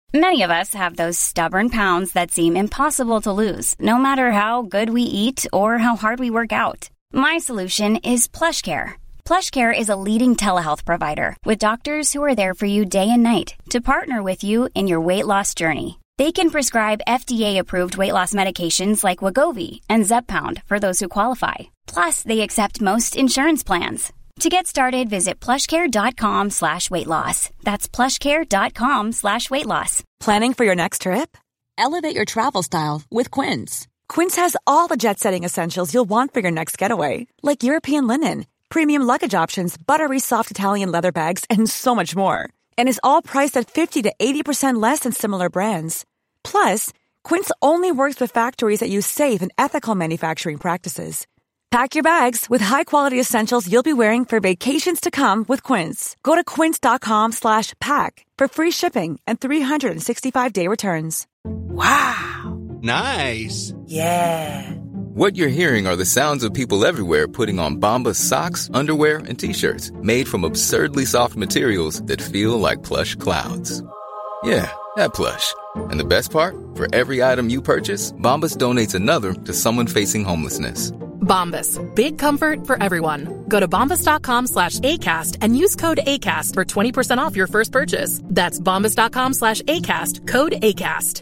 Many of us have those stubborn pounds that seem impossible to lose, no matter how good we eat or how hard we work out. My solution is PlushCare. PlushCare is a leading telehealth provider with doctors who are there for you day and night to partner with you in your weight loss journey. They can prescribe FDA-approved weight loss medications like Wegovy and Zepbound for those who qualify. Plus, they accept most insurance plans. To get started, visit plushcare.com/weightloss. That's plushcare.com/weightloss. Planning for your next trip? Elevate your travel style with Quince. Quince has all the jet-setting essentials you'll want for your next getaway, like European linen, premium luggage options, buttery soft Italian leather bags, and so much more. And is all priced at 50 to 80% less than similar brands. Plus, Quince only works with factories that use safe and ethical manufacturing practices. Pack your bags with high-quality essentials you'll be wearing for vacations to come with Quince. Go to quince.com/pack for free shipping and 365-day returns. Wow. Nice. Yeah. What you're hearing are the sounds of people everywhere putting on Bombas socks, underwear, and T-shirts made from absurdly soft materials that feel like plush clouds. Yeah, that plush. And the best part? For every item you purchase, Bombas donates another to someone facing homelessness. Bombas. Big comfort for everyone. Go to bombas.com/ACAST and use code ACAST for 20% off your first purchase. That's bombas.com/ACAST. Code ACAST.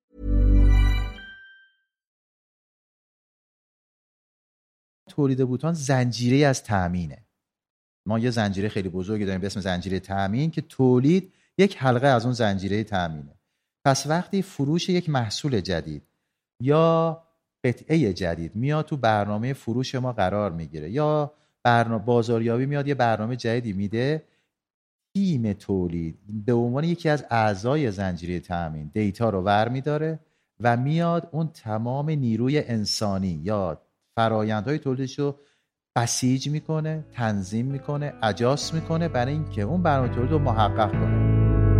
تولید بوتان زنجیره از تامینه. ما یه زنجیره خیلی بزرگی داریم به اسم زنجیره تامین که تولید یک حلقه از اون زنجیره تامینه. پس وقتی فروش یک محصول جدید یا قطعه جدید میاد تو برنامه فروش ما قرار میگیره یا بازاریابی میاد یه برنامه جدیدی میده، تیم تولید به عنوان یکی از اعضای زنجیره تامین دیتا رو برمی‌داره و میاد اون تمام نیروی انسانی یا فرآیندهای تولیدش رو بسیج میکنه، تنظیم میکنه، اجاست میکنه برای اینکه اون برنامه تولید رو محقق کنه.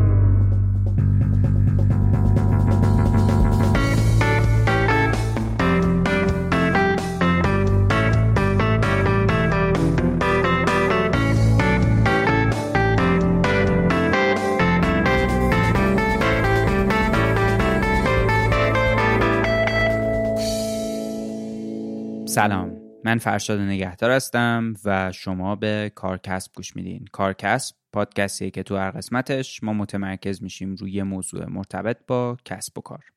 سلام، من فرشاد نگهدار هستم و شما به کارکسب گوش میدین. کارکسب پادکستیه که تو هر قسمتش ما متمرکز میشیم روی موضوع مرتبط با کسب و کار.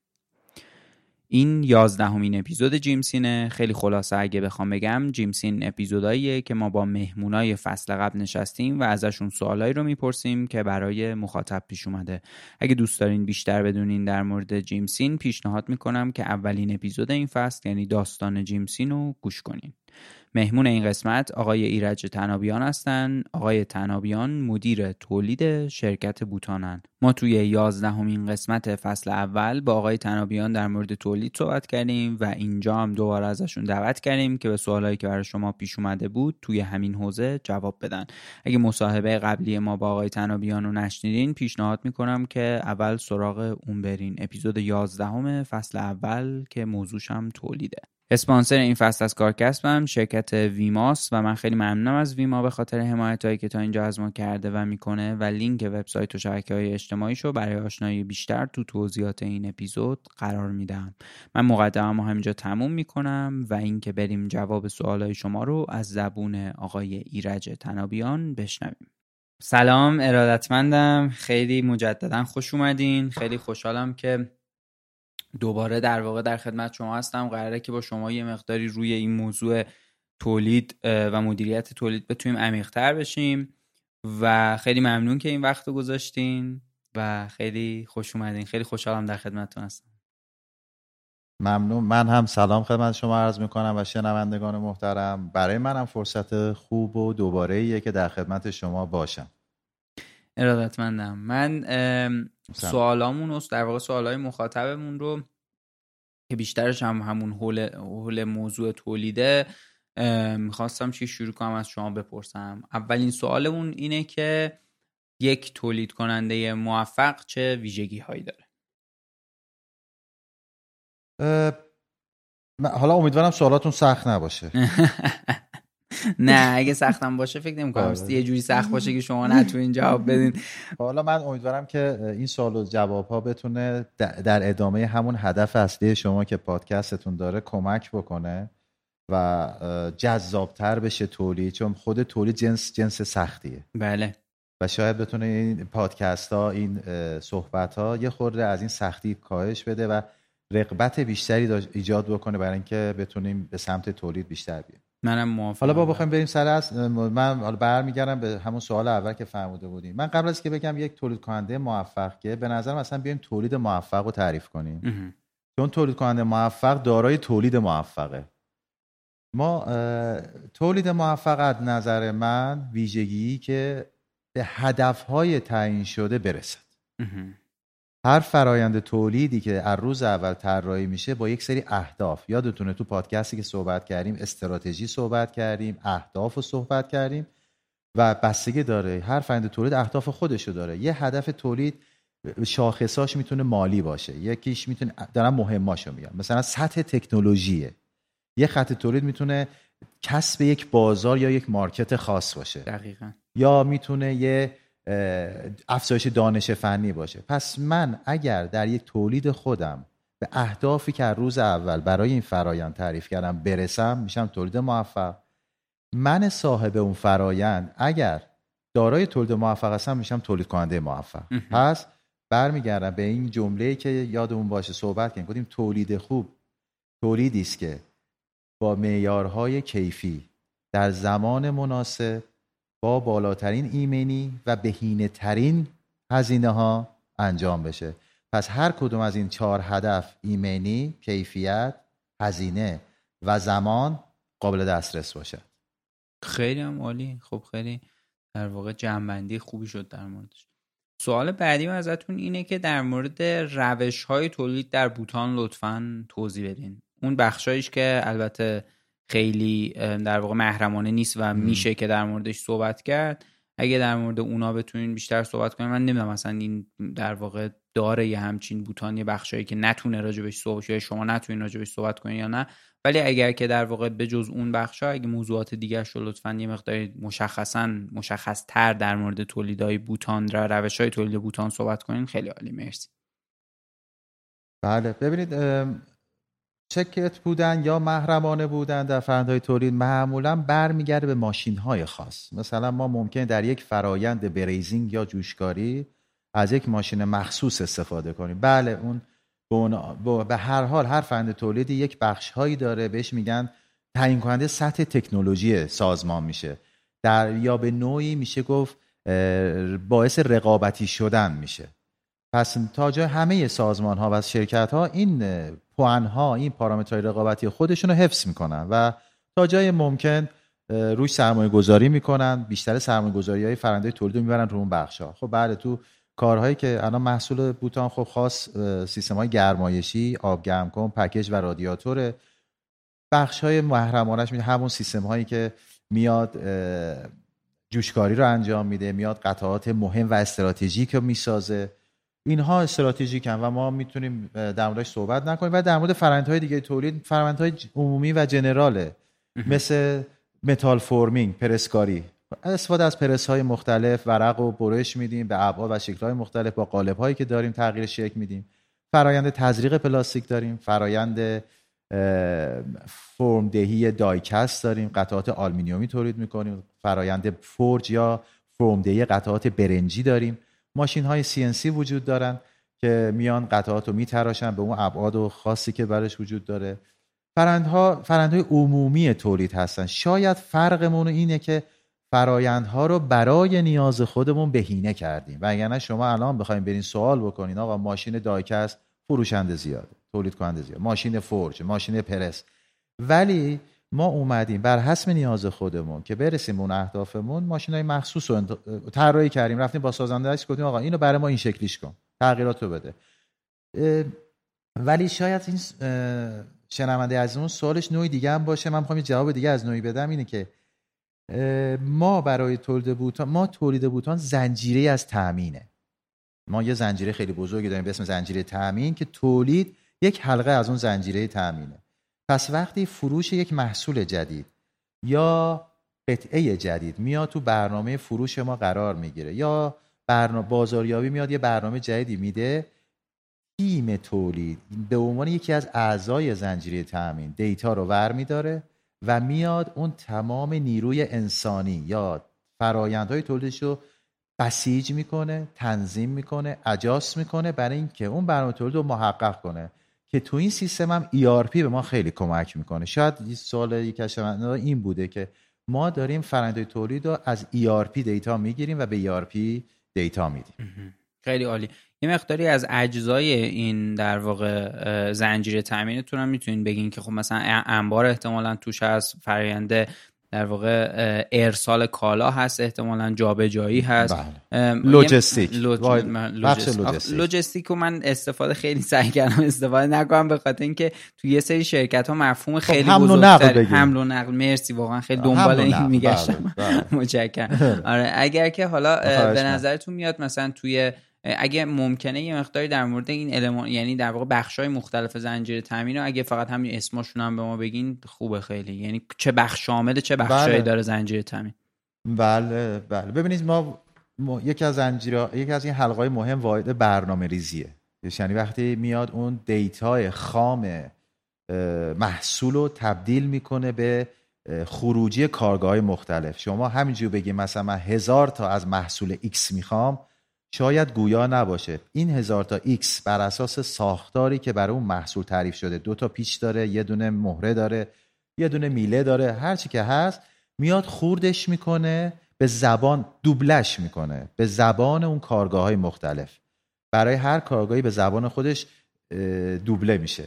این 11مین اپیزود جیمسینه. خیلی خلاصه اگه بخوام بگم، جیمسین اپیزوداییه که ما با مهمونای فصل قبل نشستیم و ازشون سوالایی رو میپرسیم که برای مخاطب پیش اومده. اگه دوست دارین بیشتر بدونین در مورد جیمسین، پیشنهاد میکنم که اولین اپیزود این فصل یعنی داستان جیمسین رو گوش کنین. مهمون این قسمت آقای ایرج تنابیان هستن. آقای تنابیان مدیر تولید شرکت بوتانن. ما توی 11مین قسمت فصل اول با آقای تنابیان در مورد تولید صحبت کردیم و اینجا هم دوباره ازشون دعوت کردیم که به سوالایی که برای شما پیش اومده بود توی همین حوزه جواب بدن. اگه مصاحبه قبلی ما با آقای تنابیان رو نشنیدین، پیشنهاد میکنم که اول سراغ اون برین. اپیزود 11 فصل اول که موضوعش هم تولیده. اسپانسر این فصل از کارکسبم شرکت ویماست و من خیلی ممنونم از ویما به خاطر حمایتایی که تا اینجا از ما کرده و میکنه و لینک وبسایت و شبکه‌های اجتماعیشو برای آشنایی بیشتر تو توضیحات این اپیزود قرار میدم. من مقدمه‌مو همینجا تموم میکنم و اینکه بریم جواب سوالای شما رو از زبون آقای ایرج تنابیان بشنویم. سلام، ارادتمندم، خیلی مجددا خوش اومدین. خیلی خوشحالم که دوباره در واقع در خدمت شما هستم. قراره که با شما یه مقداری روی این موضوع تولید و مدیریت تولید بتونیم عمیق‌تر بشیم و خیلی ممنون که این وقت رو گذاشتین و خیلی خوش اومدین. خیلی خوشحالم در خدمتتون هستم. ممنون. من هم سلام خدمت شما عرض میکنم و شنوندگان محترم. برای منم فرصت خوب و دوباره‌ایه که در خدمت شما باشم. ارادتمندم. من سوالامون در واقع سوالای مخاطبمون رو که بیشترش هم همون حول موضوع تولیده میخواستم چی شروع کنم از شما بپرسم. اولین سوالمون اینه که یک تولید کننده موفق چه ویژگی هایی داره؟ حالا امیدوارم سوالاتون سخت نباشه. نه اگه سختم باشه فکر نمی‌کنم یه جوری سخت باشه که شما نتونین جواب بدین. حالا من امیدوارم که این سوال و جواب‌ها بتونه در ادامه همون هدف اصلی شما که پادکستتون داره کمک بکنه و جذاب‌تر بشه تولید، چون خود تولید جنس سختیه. بله. و شاید بتونه این پادکست‌ها، این صحبت‌ها یه خورده از این سختی کاهش بده و رغبت بیشتری ایجاد بکنه برای اینکه بتونیم به سمت تولید بیشتر بیایم. منم موافقم. حالا با بخوایم بریم سر از من حالا برمیگردم به همون سوال اول که فرموده بودیم. من قبل از که بگم یک تولید کننده موفق که به نظر مثلا بیایم تولید موفق رو تعریف کنیم. چون تولید کننده موفق دارای تولید موفقه. ما تولید موفق از نظر من ویژگی که به هدفهای تعیین شده برسد. هر فرایند تولیدی که از روز اول طراحی میشه با یک سری اهداف، یادتونه تو پادکستی که صحبت کردیم استراتژی صحبت کردیم، اهداف رو صحبت کردیم و بستگی داره هر فرایند تولید اهداف خودشو داره. یه هدف تولید شاخصاش میتونه مالی باشه، یکیش میتونه دارن مهماشو میگم مثلا سطح تکنولوژیه، یه خط تولید میتونه کسب یک بازار یا یک مارکت خاص باشه دقیقاً، یا میتونه یه افزایش دانش فنی باشه. پس من اگر در یک تولید خودم به اهدافی که از روز اول برای این فرایند تعریف کردم برسم میشم تولید موفق. من صاحب اون فرایند اگر دارای تولید موفق هستم میشم تولید کننده موفق. پس برمیگردم به این جمله‌ای که یادمون باشه صحبت کردیم، گفتیم تولید خوب تولیدی است که با معیارهای کیفی در زمان مناسب با بالاترین ایمنی و بهینه‌ترین هزینه‌ها انجام بشه. پس هر کدوم از این 4 هدف، ایمنی، کیفیت، هزینه و زمان، قابل دسترس باشه. خیلی هم عالی. خب خیلی در واقع جمع‌بندی خوبی شد در موردش. سوال بعدی من ازتون اینه که در مورد روش‌های تولید در بوتان لطفاً توضیح بدین. اون بخشایش که البته خیلی در واقع محرمانه نیست و میشه که در موردش صحبت کرد، اگه در مورد اونا بتونین بیشتر صحبت کنین. من نمیدونم مثلا این در واقع داره یه همچین بوتان یه بخشایی که نتونه راجبش صحبت شه، شما نتونین راجبش صحبت کنین یا نه، ولی اگر که در واقع به جز اون بخشا اگه موضوعات دیگه شو لطفاً یه مقداری مشخص‌تر در مورد تولیدهای بوتان و روش‌های تولید بوتان صحبت کنین خیلی عالی. مرسی. بله ببینید چکت بودن یا محرمانه بودن در فرآیندهای تولید معمولا برمیگرده به ماشین‌های خاص. مثلا ما ممکنه در یک فرایند بریزینگ یا جوشکاری از یک ماشین مخصوص استفاده کنیم. بله اون به هر حال هر فرآیند تولیدی یک بخش‌هایی داره بهش میگن تعیین کننده سطح تکنولوژی سازمان میشه، یا به نوعی میشه گفت باعث رقابتی شدن میشه. پس تا جای همه سازمان ها و شرکت ها این پوان ها، این پارامترهای رقابتی خودشون رو حفظ میکنن و تا جای ممکن روش سرمایه گذاری میکنن، بیشتر سرمایه گذاری های فرآیندهای تولید رو میبرن رو اون بخش ها. خب بله تو کارهایی که الان محصول بوتان خب خاص سیستم های گرمایشی، آب گرم کن، پکیج و رادیاتور، بخش های محرمانش میده همون سیستم هایی که میاد جوشکاری رو انجام میده، میاد قطعات مهم و استراتژیک رو میسازه. اینها استراتژیکن و ما میتونیم در موردش صحبت نکنیم. و در مورد فرآیندهای دیگه تولید، فرآیندهای عمومی و جنراله مثل متال فورمینگ، پرسکاری، استفاده از پرس‌های مختلف، ورق و برش میدیم به ابعاد و شکل‌های مختلف، با قالب‌هایی که داریم تغییر شکل میدیم. فرآیند تزریق پلاستیک داریم، فرآیند فرمدهی دایکست داریم، قطعات آلومینیومی تولید میکنیم، فرآیند فرج یا فرمدهی قطعات برنجی داریم. ماشین‌های CNC وجود دارن که میان قطعات رو میتراشن به اون ابعاد و خاصی که برش وجود داره. فرآیندهای عمومی تولید هستن. شاید فرقمون اینه که فرآیندها رو برای نیاز خودمون بهینه کردیم. وگرنه شما الان بخواید برین سوال بکنین آقا ماشین دایکست فروشنده زیاده، تولید کننده زیاده، ماشین فرج، ماشین پرس، ولی ما اومدیم بر حسب نیاز خودمون که برسیم اون اهدافمون ماشینای مخصوص رو طراحی کردیم، رفتیم با سازنده‌اش گفتیم آقا اینو برای ما این شکلیش کن، تغییراتو بده. ولی شاید این شنونده عزیزمون سوالش نوعی دیگه هم باشه، من می‌خوام یه جواب دیگه از نوعی بدم، اینه که ما برای تولید بوتان زنجیره از تامینه. ما یه زنجیره خیلی بزرگی داریم به اسم زنجیره تامین که تولید یک حلقه از اون زنجیره تامینه. پس وقتی فروش یک محصول جدید یا قطعه جدید میاد تو برنامه فروش ما قرار میگیره یا بازاریابی میاد یه برنامه جدیدی میده، تیم تولید به عنوان یکی از اعضای زنجیره تامین دیتا رو برمی‌داره و میاد اون تمام نیروی انسانی یا فرآیندهای تولیدش رو بسیج میکنه، تنظیم میکنه، اجاست میکنه برای اینکه اون برنامه تولید رو محقق کنه که تو این سیستم هم ERP به ما خیلی کمک میکنه. شاید یه سوال یک از شما این بوده که ما داریم فرآیندهای تولید رو از ERP دیتا میگیریم و به ERP دیتا میدیم. خیلی عالی. یه مقداری از اجزای این در واقع زنجیره تامینتون هم میتونین بگین که خب مثلا انبار احتمالاً توش هست، فرآیند در واقع ارسال کالا هست، احتمالاً جابجایی هست، لوجستیک رو من استفاده خیلی سعی کردم استفاده نکنم به خاطر اینکه تو یه سری شرکت ها مفهوم خیلی بزرگتر حمل و نقل. مرسی، واقعا خیلی دنبال این میگشتم. متشکرم. آره اگر که حالا به نظرتون میاد مثلا توی اگه ممکنه یه مقداری در مورد این المان، یعنی در واقع بخشای مختلف زنجیره تامین رو اگه فقط همین اسمشون هم به ما بگین خوبه خیلی، یعنی چه بخش شامل چه بخشایی داره زنجیره تامین. بله ببینید ما یکی از این حلقه‌های مهم واحد برنامه‌ریزیه. یعنی وقتی میاد اون دیتای خام محصول رو تبدیل میکنه به خروجی کارگاه‌های مختلف. شما همینجوری بگید مثلا من 1000 تا از محصول X میخوام، شاید گویا نباشه این 1000 تا X بر اساس ساختاری که برای اون محصول تعریف شده، 2 تا پیچ داره، یه دونه مهره داره، یه دونه میله داره، هر چی که هست میاد خوردش میکنه به زبان، دوبلش میکنه به زبان اون کارگاه‌های مختلف. برای هر کارگاهی به زبان خودش دوبله میشه.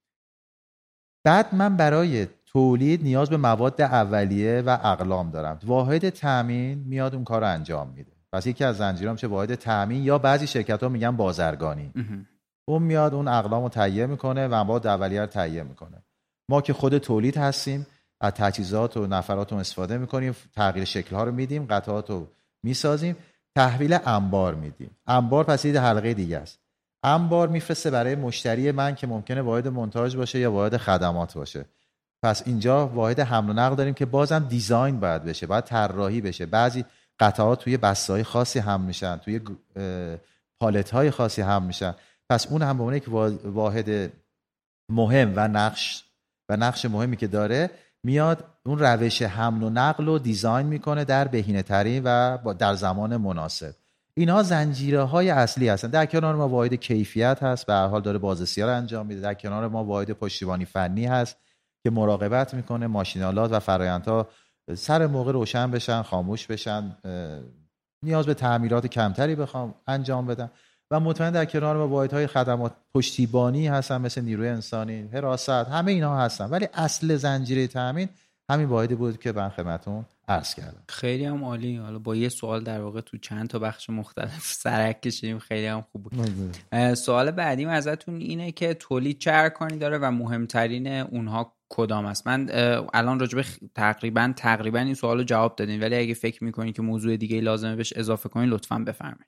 بعد من برای تولید نیاز به مواد اولیه و اقلام دارم. واحد تامین میاد اون کار رو انجام میده. پس یکی از زنجیرها میشه واحد تامین یا بعضی شرکت‌ها میگن بازرگانی. اون میاد اون اقلام رو تهیه میکنه و مواد اولیه رو تهیه میکنه. ما که خود تولید هستیم از تجهیزات و نفرات رو استفاده میکنیم، تغییر شکل‌ها رو میدیم، قطعات رو میسازیم، تحویل انبار میدیم. انبار پس یه حلقه دیگه است. انبار میفرسته برای مشتری من که ممکنه واحد مونتاژ باشه یا واحد خدمات باشه. پس اینجا واحد حمل و نقل داریم که بازم دیزاین باید بشه، باید طراحی بشه. بعضی قطعات توی بسته‌های خاصی حمل میشن، توی پالت‌های خاصی حمل میشن. پس اون هم به عنوان یک واحد مهم و نقش مهمی که داره، میاد اون روش حمل و نقل رو دیزاین میکنه در بهینه‌ترین و در زمان مناسب. اینها زنجیره‌های اصلی هستن. در کنار ما واحد کیفیت هست، به هر حال داره بازرسی‌ها رو انجام میده. در کنار ما واحد پشتیبانی فنی هست که مراقبت میکنه ماشین‌آلات و فرآیندها سر موقع روشن بشن، خاموش بشن، نیاز به تعمیرات کمتری بخوام انجام بدن. و مطمئن در کنار ما واحدهای خدمات پشتیبانی هستن مثل نیروی انسانی، حراست، همه اینها هستن. ولی اصل زنجیره تامین همین واحدی بود که من خدمتتون عرض کردم. خیلی هم عالی. حالا با یه سوال در واقع تو چند تا بخش مختلف سرک کشیدیم، خیلی هم خوب بود. سوال بعدیم ازتون اینه که تولید چه ارکانی داره و مهمترین اونها کدام است؟ من الان راجع به تقریبا این سوالو جواب دادین، ولی اگه فکر میکنید که موضوع دیگه لازمه بهش اضافه کنین لطفاً بفرمایید.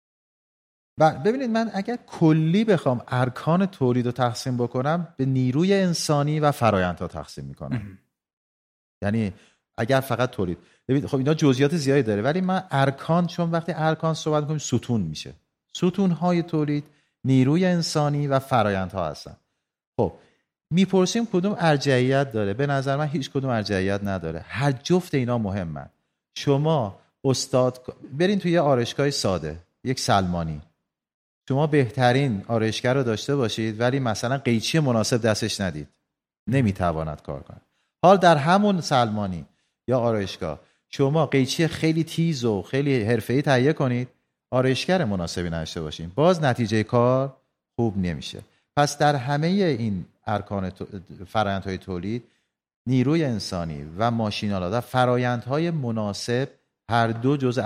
ببینید من اگر کلی بخوام ارکان تولید رو تقسیم بکنم، به نیروی انسانی و فرآیندها تقسیم میکنم. یعنی اگر فقط تولید، ببینید خب اینا جزئیات زیادی داره، ولی من ارکان، چون وقتی ارکان صحبت میکنیم ستون میشه. ستونهای تولید نیروی انسانی و فرآیندها هستن. خب میپرسیم کدوم ارجحیت داره؟ به نظر من هیچ کدوم ارجحیت نداره. هر جفت اینا مهمن. شما استاد برین توی یه آرایشگاه ساده، یک سلمانی، شما بهترین آرایشگر رو داشته باشید ولی مثلا قیچی مناسب دستش ندید، نمیتواند کار کنه. حال در همون سلمانی یا آرایشگاه شما قیچی خیلی تیز و خیلی حرفه‌ای تهیه کنید، آرایشگر مناسبی نداشته باشین، باز نتیجه کار خوب نمیشه. پس در همه این ارکان فرآیندهای تولید، نیروی انسانی و ماشین‌آلات و فرآیندهای مناسب هر دو جزء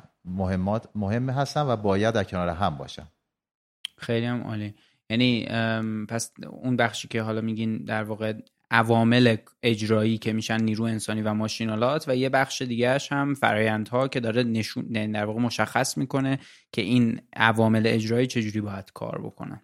مهم هستن و باید در کنار هم باشن. خیلی هم عالی. یعنی پس اون بخشی که حالا میگین در واقع عوامل اجرایی که میشن نیرو انسانی و ماشین‌آلات، و یه بخش دیگه‌اش هم فرآیندها که داره در واقع مشخص میکنه که این عوامل اجرایی چجوری باید کار بکنن.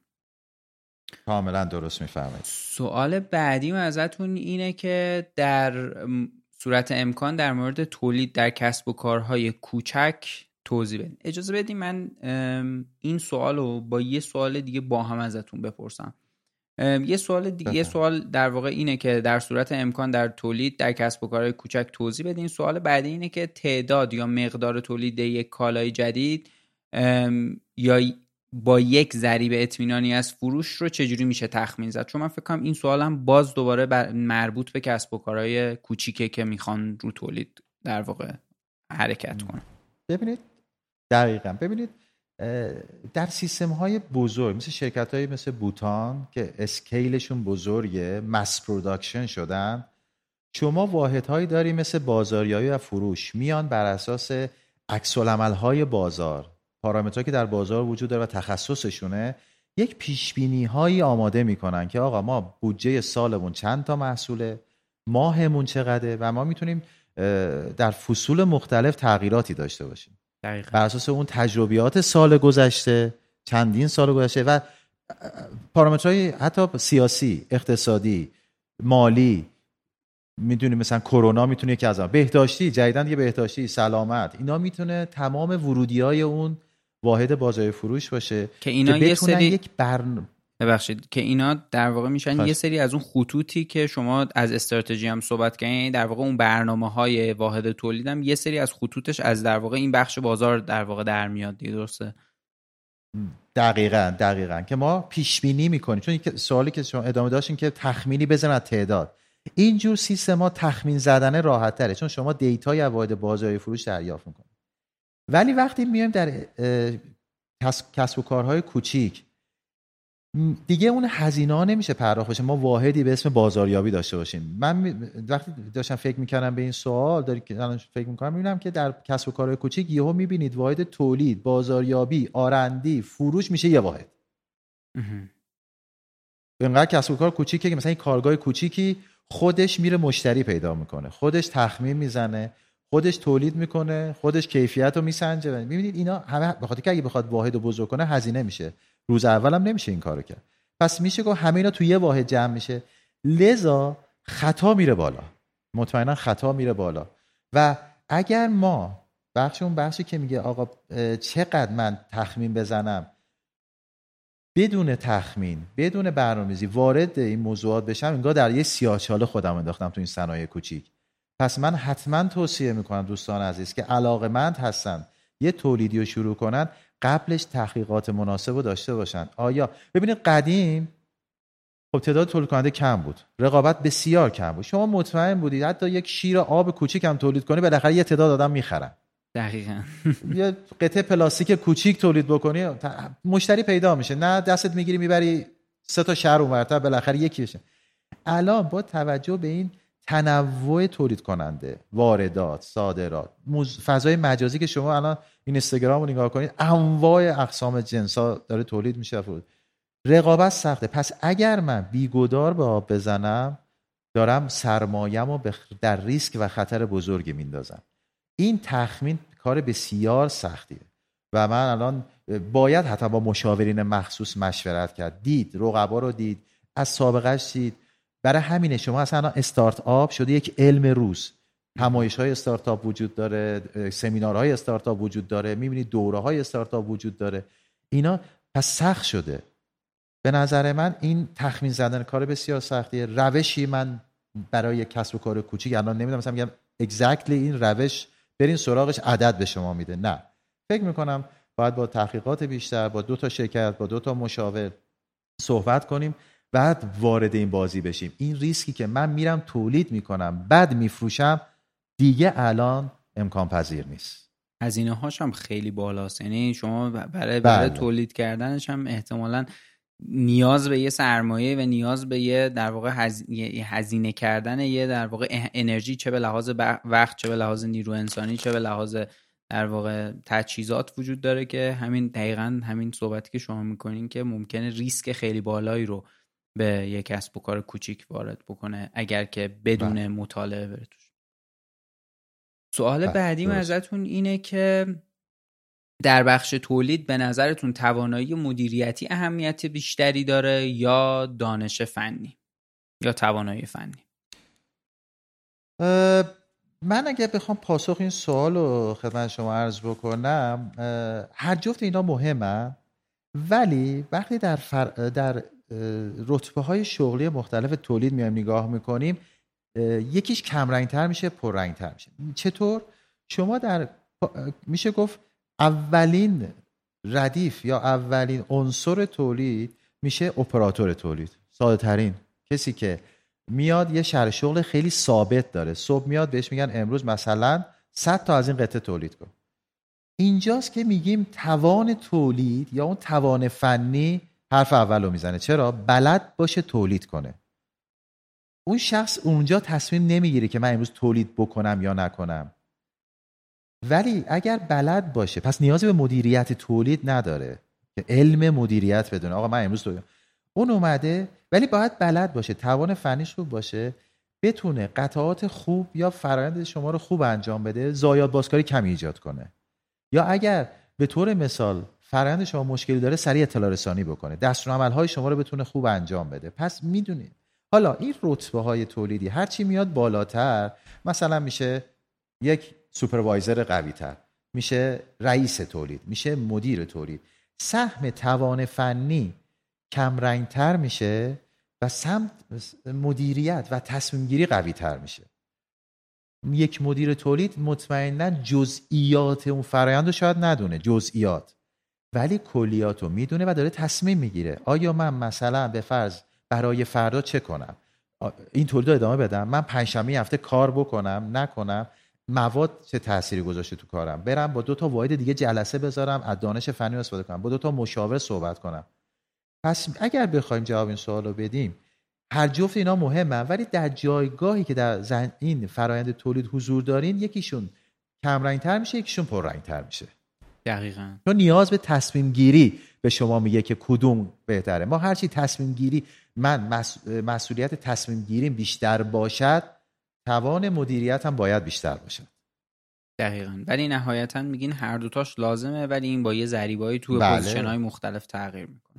کاملا درست میفرمایید. سوال بعدیم ازتون اینه که در صورت امکان در مورد تولید در کسب و کارهای کوچک توضیح بدین. اجازه بدین من این سوال رو با یه سوال دیگه با هم ازتون بپرسم. یه سوال در واقع اینه که در صورت امکان در تولید در کسب و کارهای کوچک توضیح بدین. سوال بعدی اینه که تعداد یا مقدار تولید یک کالای جدید یا با یک ضریب اطمینانی از فروش رو چجوری میشه تخمین زد؟ چون من فکر کنم این سوالم باز دوباره مربوط به کسب و کارهای کوچیکه که میخوان رو تولید در واقع حرکت کنن. ببینید دقیقاً در سیستم های بزرگ مثل شرکت های مثل بوتان که اسکیلشون بزرگه، مس پروداکشن شدن، شما واحد هایی داری مثل بازاریابی و فروش، میان بر اساس عکس العمل های بازار، پارامترهایی که در بازار وجود داره و تخصصشونه، یک پیش بینی هایی آماده میکنن که آقا ما بودجه سالمون چند تا محصوله، ماهمون چقدره و ما میتونیم در فصول مختلف تغییراتی داشته باشیم دقیقاً بر اساس اون تجربیات سال گذشته، چندین سال گذشته و پارامترهای حتی سیاسی، اقتصادی، مالی، میدونیم مثلا کرونا میتونه یکی از بهداشتی، جدیدن دیگه بهداشتی، سلامت، اینا میتونه تمام ورودی‌های اون واحد بازار فروش باشه که اینا که یه سری ببخشید که اینا در واقع میشن یه سری از اون خطوطی که شما از استراتژی هم صحبت کردین، در واقع اون برنامه‌های واحد تولید هم یه سری از خطوطش از در واقع این بخش بازار در واقع در میاد دیگه، درسته؟ دقیقاً که ما پیش بینی میکنیم. چون سوالی که شما ادامه داشتین که تخمینی بزنن تعداد، اینجور سیستما تخمین زدن راحت تره چون شما دیتای واحد بازار فروش دریافت میکنید. ولی وقتی میایم در کسب و کارهای کوچیک دیگه اون هزینه ها نمیشه پرداخت بشه، ما واحدی به اسم بازاریابی داشته باشیم. من وقتی داشتم فکر میکردم به این سوال، الان فکر میکنم میبینم که در کسب و کارهای کوچیک یهو میبینید واحد تولید، بازاریابی، آرندی، فروش میشه یه واحد. اینقدر کسب و کار کوچیکه که مثلا این کارگاه کوچیکی خودش میره مشتری پیدا میکنه، خودش تخمین میزنه، خودش تولید میکنه، خودش کیفیت رو میسنجه. میبینید اینا همه به خاطر که اگه بخواد واحد رو بزرگ کنه هزینه میشه، روز اولم نمیشه این کارو کرد. پس میشه گفت همه اینا توی یه واحد جمع میشه، لذا خطا میره بالا، مطمئنا خطا میره بالا. و اگر ما بخشی که میگه آقا چقدر من تخمین بزنم، بدون تخمین، بدون برنامه‌ریزی وارد این موضوعات بشم، انگار در یه سیاه‌چاله خودم انداختم تو این صنایع کوچیک. پس من حتما توصیه میکنم دوستان عزیز که علاقه‌مند هستن یه تولیدی رو شروع کنن، قبلش تحقیقات مناسب رو داشته باشن. آیا ببینید قدیم خب تعداد تولید کننده کم بود، رقابت بسیار کم بود، شما مطمئن بودید حتی یک شیر آب کوچیک هم تولید کنی بالاخره یه تعداد آدم میخرن. دقیقاً یه قطعه پلاستیک کوچیک تولید بکنی مشتری پیدا میشه، نه دستت میگیری میبری 3 تا شهر اونورتر بالاخره یکی بشه. الان با توجه به این تنوع تولید کننده، واردات، صادرات، فضای مجازی که شما الان این اینستاگرام رو نگاه کنید، انواع اقسام جنسا داره تولید میشه، رقابت سخته. پس اگر من بیگدار به آب بزنم دارم سرمایه‌مو رو در ریسک و خطر بزرگی میندازم. این تخمین کار بسیار سختیه و من الان باید حتی با مشاورین مخصوص مشورت کرد، دید رقبا رو دید، از سابقهش دید. برای همینه شما اصلا استارت آپ شده یک علم روز، همایش‌های استارتاپ وجود داره، سمینارهای استارتاپ وجود داره، می‌بینید دوره‌های استارتاپ وجود داره. اینا پس سخت شده. به نظر من این تخمین زدن کار بسیار سختیه. روشی من برای کسب و کار کوچیک الان نمیدونم مثلا میگم اگزکتلی این روش برین سراغش عدد به شما میده، نه. فکر میکنم باید با تحقیقات بیشتر، با 2 تا شرکت، با 2 تا مشاور صحبت کنیم، بعد وارد این بازی بشیم. این ریسکی که من میرم تولید میکنم بعد میفروشم دیگه الان امکان پذیر نیست. هزینه هاش هم خیلی بالاست. یعنی شما برای تولید کردنش هم احتمالاً نیاز به یه سرمایه و نیاز به یه در واقع هزینه کردن یه در واقع انرژی، چه به لحاظ وقت، چه به لحاظ نیرو انسانی، چه به لحاظ در واقع تجهیزات وجود داره که همین دقیقاً همین صحبتی که شما میکنین که ممکنه ریسک خیلی بالایی رو به یک کسب و کار کوچیک وارد بکنه اگر که بدون مطالعه بره توش. سوال بعدیم ازتون اینه که در بخش تولید به نظرتون توانایی مدیریتی اهمیت بیشتری داره یا دانش فنی یا توانایی فنی؟ من اگه بخوام پاسخ این سوال رو خدمت شما عرض بکنم، هر جفت اینا مهمه، ولی وقتی در رتبه های شغلی مختلف تولید میایم نگاه میکنیم، یکیش کمرنگتر میشه، پررنگتر میشه. چطور؟ شما میشه گفت اولین ردیف یا اولین عنصر تولید میشه اپراتور تولید. ساده ترین کسی که میاد یه شرح شغل خیلی ثابت داره، صبح میاد بهش میگن امروز مثلا 100 تا از این قطعه تولید کن. اینجاست که میگیم توان تولید یا اون توان فنی حرف اول رو میزنه. چرا؟ بلد باشه تولید کنه. اون شخص اونجا تصمیم نمیگیره که من امروز تولید بکنم یا نکنم، ولی اگر بلد باشه پس نیازی به مدیریت تولید نداره که علم مدیریت بدونه آقا من امروز تولید. اون اومده ولی باید بلد باشه، توان فنیش خوب باشه، بتونه قطعات خوب یا فرآیند شما رو خوب انجام بده، ضایعات بازکاری کمی ایجاد کنه، یا اگر به طور مثال فرآیند شما مشکلی داره سریع اطلاع رسانی بکنه، دستورالعمل‌های شما رو بتونه خوب انجام بده. پس میدونید حالا این رتبه‌های تولیدی هرچی میاد بالاتر، مثلا میشه یک سوپروایزر قوی‌تر، میشه رئیس تولید، میشه مدیر تولید، سهم توان فنی کم رنگتر میشه و سمت مدیریت و تصمیم گیری قوی تر میشه. یک مدیر تولید مطمئنا جزئیات اون فرآیند رو شاید ندونه، جزئیات، ولی کلیات رو میدونه و داره تصمیم میگیره. آیا من مثلا به فرض برای فردا چه کنم؟ این تولید رو ادامه بدم؟ من پنجشنبه هفته کار بکنم نکنم؟ مواد چه تأثیری گذاشته تو کارم؟ برم با 2 تا واحد دیگه جلسه بذارم، از دانش فنی استفاده کنم، با 2 تا مشاور صحبت کنم؟ پس اگر بخوایم جواب این سوال رو بدیم، هر جفت اینا مهمه، ولی در جایگاهی که در این فرآیند تولید حضور دارین، یکیشون کم رنگتر میشه، یکیشون پر رنگتر میشه. دقیقاً. چون نیاز به تصمیم گیری به شما میگه که کدوم بهتره. ما هرچی تصمیم گیری، مسئولیت تصمیم گیری بیشتر باشد، توان مدیریت هم باید بیشتر باشد. دقیقاً. ولی نهایتاً میگین هر دوتاش لازمه، ولی این با یه ضریبایی تو پوزیشن‌های مختلف تغییر میکنه.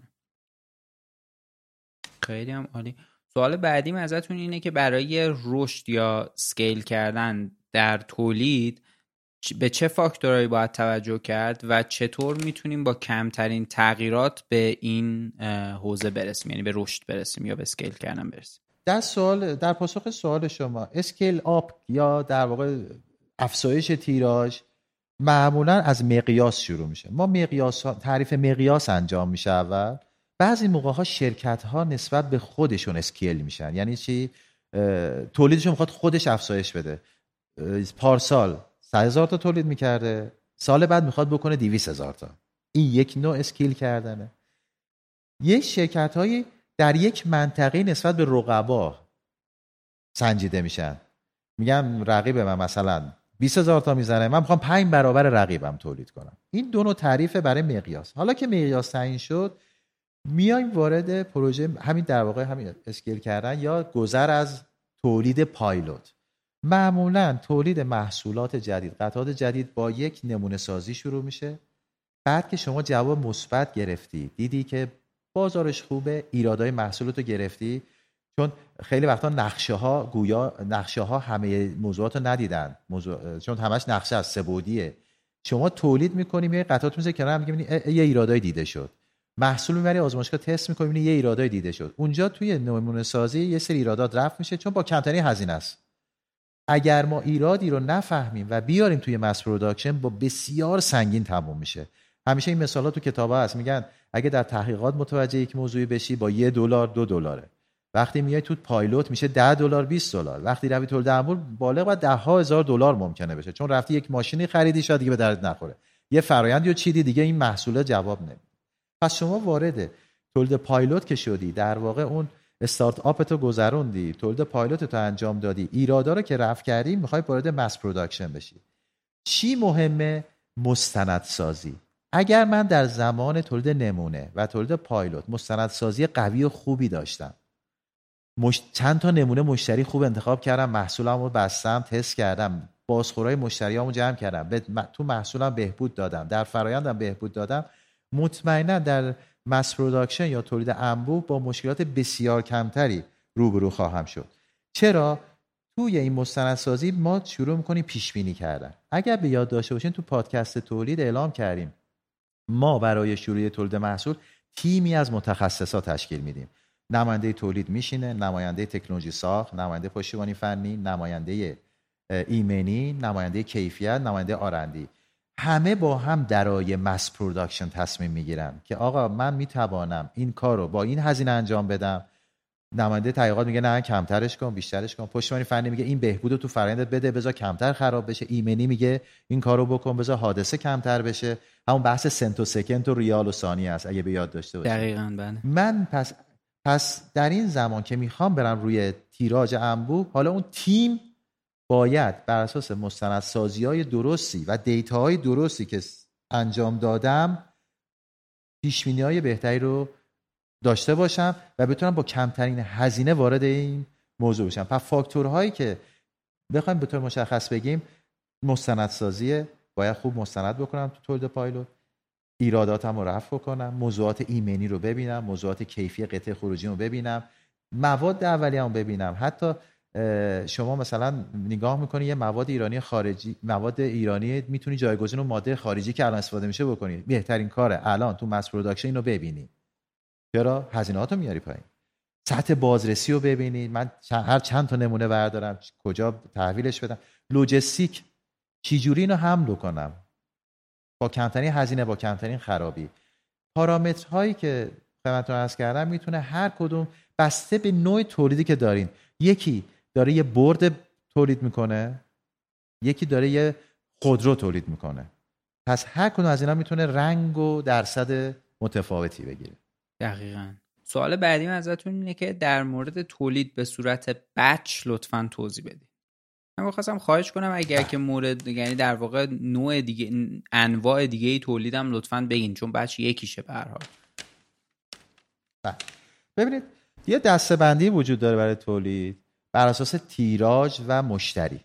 خیلی هم عالی. سوال بعدیم ازتون اینه که برای رشد یا اسکیل کردن در تولید به چه فاکتورهایی باید توجه کرد و چطور میتونیم با کمترین تغییرات به این حوزه برسیم، یعنی به رشد برسیم یا به اسکیل کردن برسیم؟ در پاسخ سوال شما، اسکیل آپ یا در واقع افزایش تیراژ معمولا از مقیاس شروع میشه. ما تعریف مقیاس انجام میشه اول. بعضی موقع‌ها شرکت‌ها نسبت به خودشون اسکیل میشن. یعنی چی؟ تولیدشون میخواد خودش افزایش بده. پارسال 100,000 تا تولید میکرده، سال بعد میخواد بکنه 200,000 تا. این یک نوع اسکیل کردنه. یک شرکت‌هایی در یک منطقه نسبت به رقبا سنجیده میشن. میگم رقیب من مثلا 20,000 تا میزنه، من میخوام 5 برابر رقیبم تولید کنم. این دو نوع تعریف برای مقیاس. حالا که مقیاس تعیین شد، میایم وارد پروژه همین در واقع همین اسکیل کردن یا گذر از تولید پایلوت. معمولا تولید محصولات جدید، قطعات جدید با یک نمونه سازی شروع میشه. بعد که شما جواب مثبت گرفتی، دیدی که بازارش خوبه، ایرادای محصولاتو گرفتی، چون خیلی وقتا نقشه ها همه موضوعاتو ندیدن، چون همش نقشه از سه‌بعدیه. شما تولید میکنی، میای قطعات میذاری کنار هم، میگی یه ایرادای دیده شد. محصول میبری آزمایشگاه تست میکنی، میبینی یه ایرادای دیده شد. اونجا توی نمونه سازی یه سری ایرادات رفع میشه، چون با کمترین هزینه است. اگر ما ایرادی رو نفهمیم و بیاریم توی مس پروداکشن، با بسیار سنگین تموم میشه. همیشه این مثالا تو کتابا هست، میگن اگه در تحقیقات متوجه یک موضوعی بشی با $1 $2. وقتی میای تو پایلوت میشه $10 $20. وقتی روی تولید انبوه بالغ و $10,000 ممکنه بشه، چون رفتی یک ماشینی خریدی شاید دیگه به دردت نخوره، یه فرآیندی رو چیدی دیگه این محصول جواب نمیده. پس شما وارد تولید پایلوت که شدی، در واقع اون استارت آپتو گذروندی، تولید پایلوتتو انجام دادی، ایرادا رو که رفع کردی، میخوای وارد مس پروداکشن بشی. چی مهمه؟ مستندسازی. اگر من در زمان تولید نمونه و تولید پایلوت مستندسازی قوی و خوبی داشتم، چند تا نمونه مشتری خوب انتخاب کردم، محصولمو بستم، تست کردم، بازخورای مشتریامو جمع کردم، تو محصولم بهبود دادم، در فرآیندم بهبود دادم، مطمئنا در مس پروداکشن یا تولید انبوه با مشکلات بسیار کمتری روبرو خواهم شد. چرا؟ توی این مستندسازی ما شروع می‌کنیم پیش بینی کردن. اگر به یاد داشته باشین تو پادکست تولید اعلام کردیم ما برای شروع تولید محصول تیمی از متخصصا تشکیل میدیم. نماینده تولید میشینه، نماینده تکنولوژی ساخت، نماینده پشتیبانی فنی، نماینده ایمنی، نماینده کیفیت، نماینده آرندی. همه با هم درای مس پروداکشن تصمیم میگیرن که آقا من میتوانم این کارو با این هزینه انجام بدم. نماینده تحقیقات میگه نه کمترش کن، بیشترش کن. پشتیبانی فنی میگه این بهبودو تو فرآیندت بده، بذار کمتر خراب بشه. ایمنی میگه این کارو بکن، بذار حادثه کمتر بشه. همون بحث سنت و سکند و ریال و ثانیه است اگه به یاد داشته باشید. دقیقاً بله. من پس در این زمان که میخوام برم روی تیراژ انبوه، حالا اون تیم باید بر اساس مستندسازی‌های درستی و دیتاهای درستی که انجام دادم پیش‌بینی‌های بهتری رو داشته باشم و بتونم با کمترین هزینه وارد این موضوع بشم. پس فاکتورهایی که بخوایم به طور مشخص بگیم، مستندسازیه، باید خوب مستند بکنم تو تولید پایلوت، ایراداتم رو رفع بکنم، موضوعات ایمنی رو ببینم، موضوعات کیفی قطعه خروجی رو ببینم، مواد اولیه رو ببینم. حتی شما مثلا نگاه میکنی یه مواد ایرانی خارجی، مواد ایرانی میتونی جایگزین اون ماده خارجی که الان استفاده میشه بکنی. بهترین کاره الان تو مس پروداکشن اینو ببینی. چرا؟ هزینه‌هاتو میاری پایین. سطح بازرسی رو ببینید. من هر چند تا نمونه بردارم، کجا تحویلش بدم، لوجستیک چجوری اینو حمل کنم با کمترین هزینه، با کمترین خرابی. پارامترهایی که خدمتتون عرض کردم میتونه هر کدوم بسته به نوع تولیدی که دارین، یکی داره یه برد تولید میکنه، یکی داره یه خودرو تولید میکنه. پس هر کدوم از اینا میتونه رنگ و درصد متفاوتی بگیره. دقیقاً. سوال بعدیم ازتون اینه که در مورد تولید به صورت بچ لطفاً توضیح بدید. من می‌خواستم خواهش کنم اگر که مورد، یعنی در واقع نوع دیگه، انواع دیگه ای تولیدم لطفاً بگین، چون بچ یکیشه به هر حال. ببینید یه دسته‌بندی وجود داره برای تولید بر اساس تیراژ و مشتری.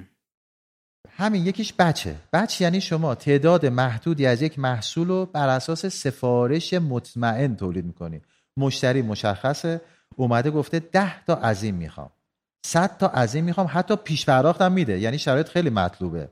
همین یکیش بچه. بچ یعنی شما تعداد محدودی از یک محصول رو بر اساس سفارش مطمئن تولید میکنی. مشتری مشخصه، اومده گفته 10 تا از این میخوام، 100 تا از این میخوام، حتی پیش پرداختم میده، یعنی شرایط خیلی مطلوبه.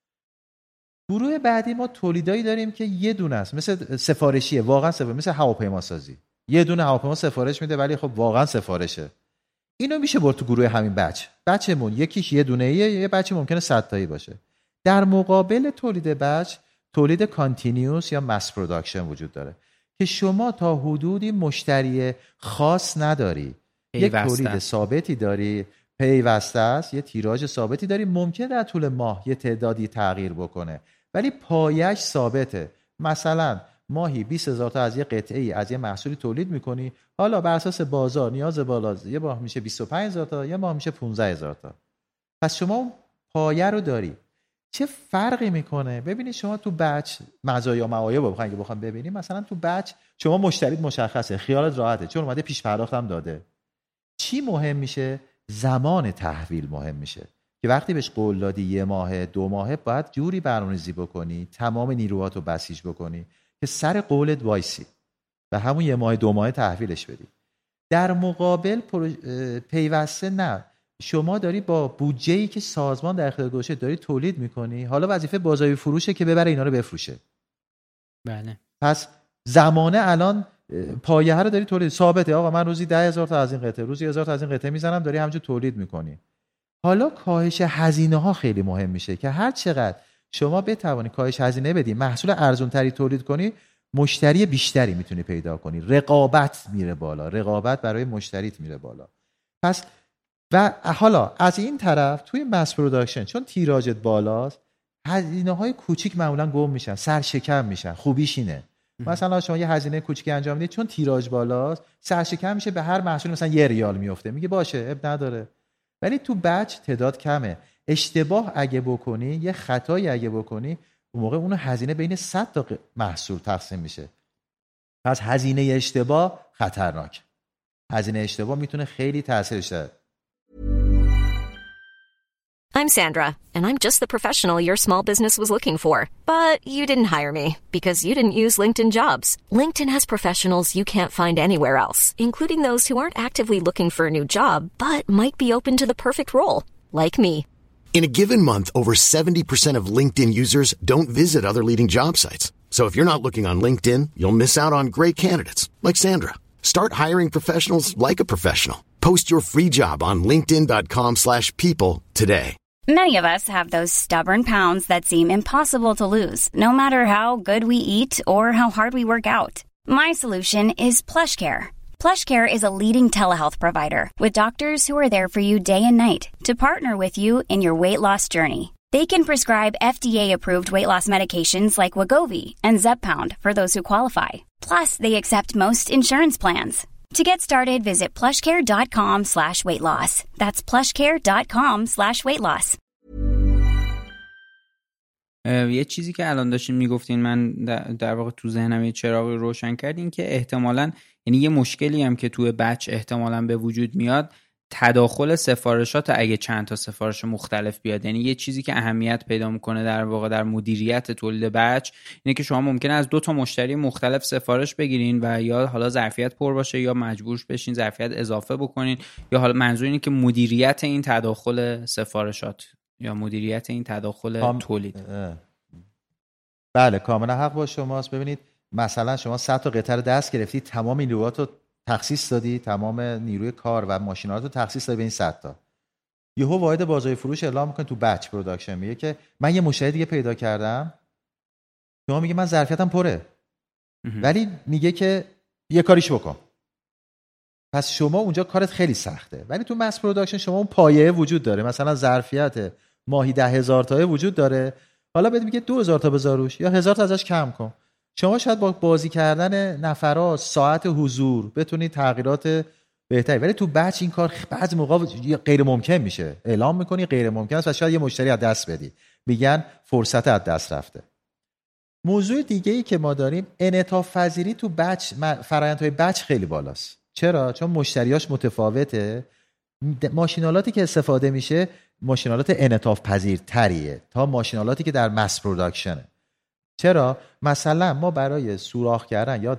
گروه بعدی ما تولیدایی داریم که یه دونه است، مثل سفارشیه، واقعا سفارش، مثل هواپیما سازی. یه دونه هواپیما سفارش میده ولی خب واقعا سفارشه. اینو میشه برد تو گروه همین بچمون یکیش یه دونه یه بچه ممکنه 100 تایی باشه. در مقابل تولید بچ، تولید کانتینیوس یا مس پروداکشن وجود داره که شما تا حدودی مشتری خاص نداری، یک تولید ثابتی داری، پیوسته است، یه تیراژ ثابتی داری، ممکنه در طول ماه یه تعدادی تغییر بکنه ولی پایش ثابته. مثلا ماهی 20,000 تا از یه قطعه‌ای از یه محصولی تولید می‌کنی، حالا بر اساس بازار نیاز بالا یه ماه میشه 25,000 تا، یه ماه میشه 15,000 تا. پس شما پایه رو داری. چه فرقی میکنه؟ ببینید شما تو بچ مزایا و معایب بخواید ببینید، مثلا تو بچ شما مشتریت مشخصه، خیالت راحته چون اومده پیش پرداختم داده. چی مهم میشه؟ زمان تحویل مهم میشه که وقتی بهش قول دادی 1 ماه 2 ماه باید جوری برنامه‌ریزی بکنی، تمام نیروهاتو بسیج بکنی که سر قولت وایسی و همون 1 ماه 2 ماه تحویلش بدی. در مقابل پیوسته نه، شما داری با بودجه‌ای که سازمان در اختیار گذاشته داری تولید میکنی، حالا وظیفه بازاریابی فروشه که ببره اینا رو بفروشه. بله. پس زمانه الان پایه رو داری تولید ثابته، آقا من روزی 10,000 تا از این قطعه، روزی 1,000 تا از این قطعه میزنم، داری همونجور تولید میکنی. حالا کاهش هزینه ها خیلی مهم میشه که هر چقدر شما بتوانی کاهش هزینه بدی، محصول ارزون تری تولید کنی، مشتری بیشتری میتونی پیدا کنی، رقابت میره بالا، رقابت برای مشتریت میره بالا. پس و حالا از این طرف توی مس پروداکشن چون تیراژت بالاست، هزینه‌های کوچیک معمولا گم میشن، سرشکم میشن. خوبیش اینه مثلا شما یه هزینه کوچیکی انجام میدید، چون تیراژ بالاست سرشکم میشه، به هر محصول مثلا 1 ریال میفته، میگه باشه اب نداره. ولی تو بچ تعداد کمه، اشتباه اگه بکنی، یه خطایی اگه بکنی، اون موقع اون هزینه بین 100 تا محصول تقسیم میشه. پس هزینه اشتباه خطرناک، هزینه اشتباه میتونه خیلی تاثیرش داره. I'm Sandra, and I'm just the professional your small business was looking for. But you didn't hire me because you didn't use LinkedIn Jobs. LinkedIn has professionals you can't find anywhere else, including those who aren't actively looking for a new job, but might be open to the perfect role. like me. In a given month, over 70% of LinkedIn users don't visit other leading job sites. So if you're not looking on LinkedIn, you'll miss out on great candidates like Sandra. Start hiring professionals like a professional. Post your free job on linkedin.com/people today. Many of us have those stubborn pounds that seem impossible to lose, no matter how good we eat or how hard we work out. My solution is PlushCare. PlushCare is a leading telehealth provider with doctors who are there for you day and night to partner with you in your weight loss journey. They can prescribe FDA-approved weight loss medications like Wegovy and Zepbound for those who qualify. Plus, they accept most insurance plans. To get started, visit plushcare.com/weightloss. That's plushcare.com/weightloss. یه چیزی که الان داشتین میگفتین من در واقع تو ذهنم یه چراغی روشن کردین که احتمالاً یعنی یه مشکلی هم که توی بچ احتمالاً به وجود میاد تداخل سفارشات اگه چند تا سفارش مختلف بیاد. یعنی یه چیزی که اهمیت پیدا میکنه در واقع در مدیریت تولید بچ اینه که شما ممکنه از 2 تا مشتری مختلف سفارش بگیرین و یا حالا ظرفیت پر باشه یا مجبور بشین ظرفیت اضافه بکنین، یا حالا منظور اینه که مدیریت این تداخل سفارشات یا مدیریت این تداخل تولید. بله کاملا حق با شماست. ببینید مثلا شما 100 تا قطعه دست گرفتی، تمام نیروهات رو تخصیص دادی، تمام نیروی کار و ماشین‌ها رو تخصیص دادی به این 100 تا. یهو واحد بازار فروش اعلام میکنه تو بچ پروداکشن، میگه که من یه مشتری دیگه پیدا کردم. شما میگه من ظرفیتم پره، ولی میگه که یه کاریش بکن. پس شما اونجا کارت خیلی سخته. ولی تو مس پروداکشن شما اون پایه وجود داره، مثلا ظرفیت ماهی 10,000 تا وجود داره، حالا بهت میگه 2,000 تا بذار روش یا 1,000 تا ازش کم کن. شما شاید با بازی کردن نفرات، ساعت حضور بتونید تغییرات بهتری، ولی تو بچ این کار بعضی موقع غیر ممکن میشه. اعلام میکنی غیر ممکن است و شاید یه مشتری از دست بدی، میگن فرصت از دست رفته. موضوع دیگه ای که ما داریم انعطاف پذیری تو بچ، فرآیندهای بچ خیلی بالاست. چرا؟ چون مشتریاش متفاوته. ماشینالاتی که استفاده میشه ماشینالات انعطاف پذیرتریه تا ماشینالاتی که در مس پروداکشنه. چرا؟ مثلا ما برای سوراخ کردن یا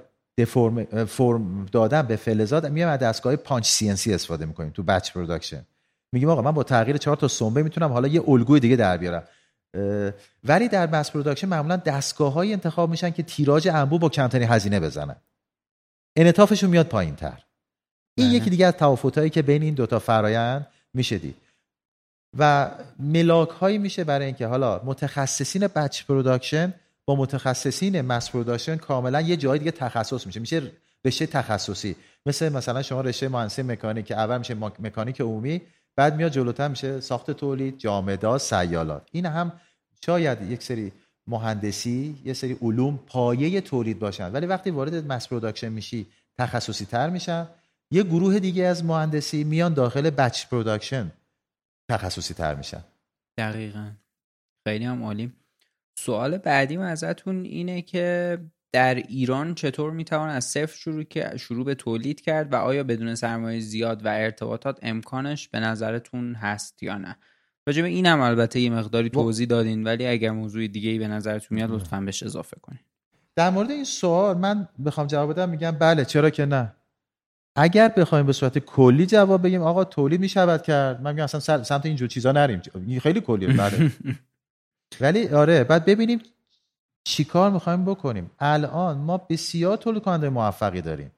فرم دادن به فلزات میایم از دستگاه پانچ CNC استفاده میکنیم تو بچ پروداکشن. میگیم آقا من با تغییر 4 تا سنبه میتونم حالا یه الگوی دیگه در بیارم. ولی در مس پروداکشن معمولا دستگاه‌های انتخاب میشن که تیراژ انبوه با کمترین هزینه بزنن، انعطافشون میاد پایین‌تر. این یکی دیگه از تفاوتایی که بین این 2 تا فرآیند میشه دید. و ملاک هایی میشه برای اینکه حالا متخصصین بچ پروداکشن با متخصصین مس پروداکشن کاملا یه جای دیگه تخصص میشه رشته تخصصی. مثلا شما رشته مهندسی مکانیک اول میشه مکانیک عمومی، بعد میاد جلوتر میشه ساخت تولید، جامدات، سیالات. این هم شاید یک سری مهندسی، یه سری علوم پایه تولید باشن، ولی وقتی وارد مس پروداکشن میشی تخصصی تر میشن. یه گروه دیگه از مهندسی میان داخل بچ پروداکشن تخصصی تر میشن. دقیقاً. خیلی هم عالی. سوال بعدیم ازتون اینه که در ایران چطور میتوان از صفر شروع به تولید کرد و آیا بدون سرمایه زیاد و ارتباطات امکانش به نظرتون هست یا نه؟ راجع به اینم البته یه مقداری توضیح دادین، ولی اگر موضوع دیگه‌ای به نظرتون میاد لطفاً بهش اضافه کنین. در مورد این سوال من بخوام جواب بدم میگم بله، چرا که نه. اگر بخوایم به صورت کلی جواب بگیم آقا تولید میشود کرد، من میگم اصلا سمت اینجور چیزا نریم، خیلی کلیه. بله ولی آره بعد ببینیم چی کار میخوایم بکنیم. الان ما بسیار تولید کننده موفقی داریم.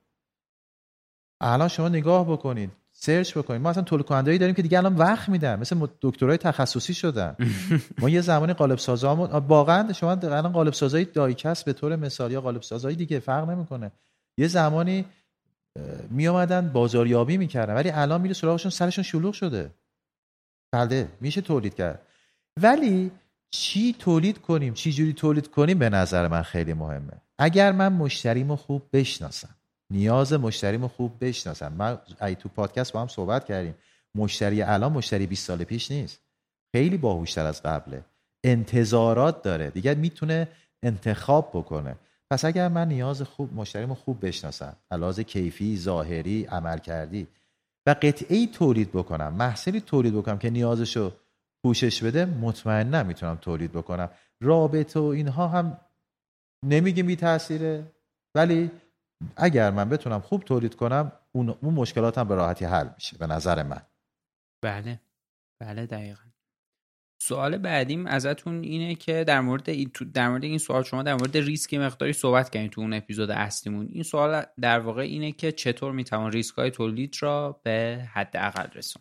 الان شما نگاه بکنید، سرچ بکنید، ما اصلا تولید کننده‌ای داریم که دیگه الان وقت میدن، مثل دکترای تخصصی شدن. ما یه زمانی قالب سازامون واقعا شما الان قالب سازای دایکست به طور مثال یا قالب سازای دیگه فرق نمیکنه، یه زمانی می اومدن بازاریابی میکردن، ولی الان میره سراغشون، سرشون شلوغ شده. بله میشه تولید کرد، ولی چی تولید کنیم، چی جوری تولید کنیم به نظر من خیلی مهمه. اگر من مشتریمو خوب بشناسم، نیاز مشتریمو خوب بشناسم. من تو پادکست با هم صحبت کردیم، مشتری الان مشتری 20 سال پیش نیست، خیلی باهوشتر از قبله، انتظارات داره دیگه، میتونه انتخاب بکنه. پس اگر من نیاز خوب مشتریمو خوب بشناسم، علاوه کیفی، ظاهری، عملکردی، و قطعه‌ای تولید بکنم، محصولی تولید بکنم که نیازشو پوشش بده، مطمئنا میتونم تولید بکنم. رابطه و اینها هم نمیگیم بی تاثیره، ولی اگر من بتونم خوب تولید کنم اون مشکلاتم به راحتی حل میشه به نظر من. بله بله دقیقاً. سوال بعدیم ازتون اینه که در مورد این سوال شما در مورد ریسک مقداری صحبت کردین تو اون اپیزود اصلیمون. این سوال در واقع اینه که چطور میتوان ریسک‌های تولید را به حداقل رسوند؟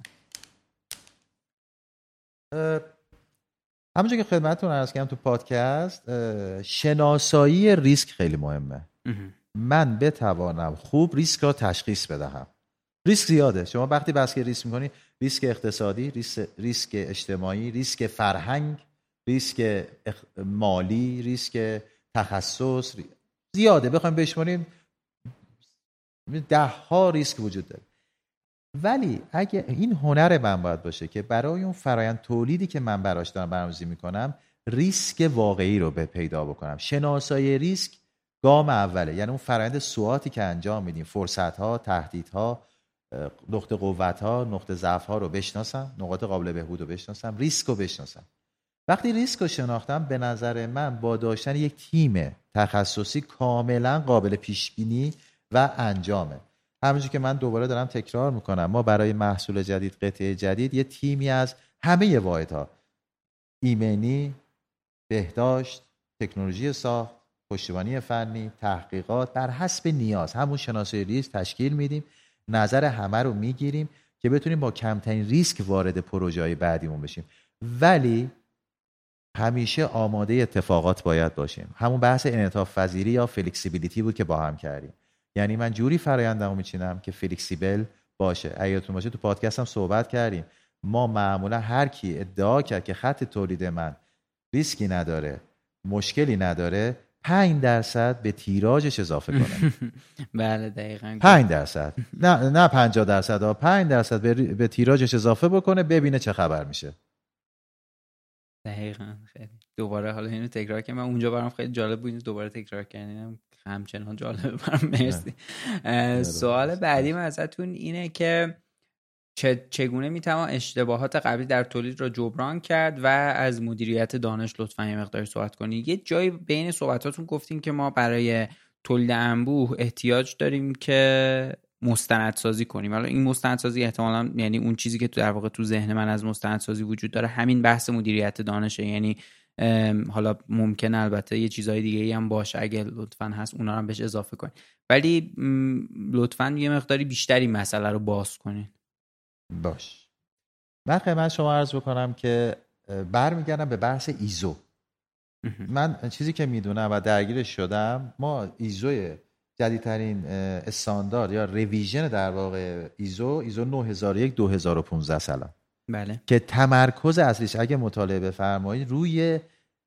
همونجوری که خدمتتون عرض کردم تو پادکست، شناسایی ریسک خیلی مهمه. من بتوانم خوب ریسک را تشخیص بدهم. ریسک زیاده. شما وقتی بحث ریسک می‌کنی، ریسک اقتصادی، ریسک اجتماعی، ریسک فرهنگ، ریسک مالی، ریسک تخصص، زیاده. بخوایم بشماریم 10 ها ریسک وجود داره. ولی اگه این هنر من باید باشه که برای اون فرآیند تولیدی که من براش دارم برنامه‌ریزی میکنم ریسک واقعی رو به پیدا بکنم. شناسایی ریسک گام اوله. یعنی اون فرآیند سواتی که انجام میدیم، فرصت‌ها، تهدیدها، نقطه قوت‌ها، نقطه ضعف‌ها رو بشناسم، نقاط قابل بهبود رو بشناسم، ریسک رو بشناسم. وقتی ریسک رو شناختم، به نظر من با داشتن یک تیم تخصصی کاملا قابل پیش‌بینی و انجامه. همونجوری که من دوباره دارم تکرار میکنم، ما برای محصول جدید، قطعه جدید، یه تیمی از همه واحدها، ایمنی، بهداشت، تکنولوژی ساخت، پشتیبانی فنی، تحقیقات، بر حسب نیاز همون شناسایی ریسک تشکیل میدیم، نظر همه رو میگیریم که بتونیم با کمترین ریسک وارد پروژه‌های بعدیمون بشیم. ولی همیشه آماده اتفاقات باید باشیم. همون بحث انعطاف پذیری یا فلکسیبیلیتی بود که با هم کردیم. یعنی من جوری فرآیندمو میچینم که فلکسیبل باشه. اگرتون باشه تو پادکست هم صحبت کردیم، ما معمولا هر کی ادعا کرد که خط تولید من ریسکی نداره، مشکلی نداره، 5% به تیراژش اضافه کنه. بله دقیقاً 5%، نه 50%، 5% به تیراژش اضافه بکنه، ببینه چه خبر میشه. دقیقاً. خیلی دوباره حالا اینو تکرار کنم، من اونجا برام خیلی جالب بود، دوباره تکرار کردم، همچنان جالبه برام. مرسی. سوال بعدی من ازتون اینه که چگونه میتوان اشتباهات قبلی در تولید را جبران کرد و از مدیریت دانش لطفاً یه مقداری صحبت کنید. یه جایی بین صحبتاتون گفتین که ما برای تولید انبوه احتیاج داریم که مستندسازی کنیم. حالا این مستندسازی احتمالاً یعنی اون چیزی که در واقع تو ذهن من از مستندسازی وجود داره همین بحث مدیریت دانشه. یعنی حالا ممکنه البته یه چیزای دیگه‌ای هم باشه، اگه لطفاً هست اونا رو هم بهش اضافه کنید، ولی لطفاً یه مقداری بیشتری مسئله رو باز کنید. باش. من خدمت شما عرض بکنم که برمیگردم به بحث ایزو. من چیزی که میدونم و درگیرش شدم، ما ایزو جدیدترین استاندارد یا ریویژن در واقع ایزو 9001 2015 سلام. بله. که تمرکز اصلیش اگه مطالعه بفرمایید روی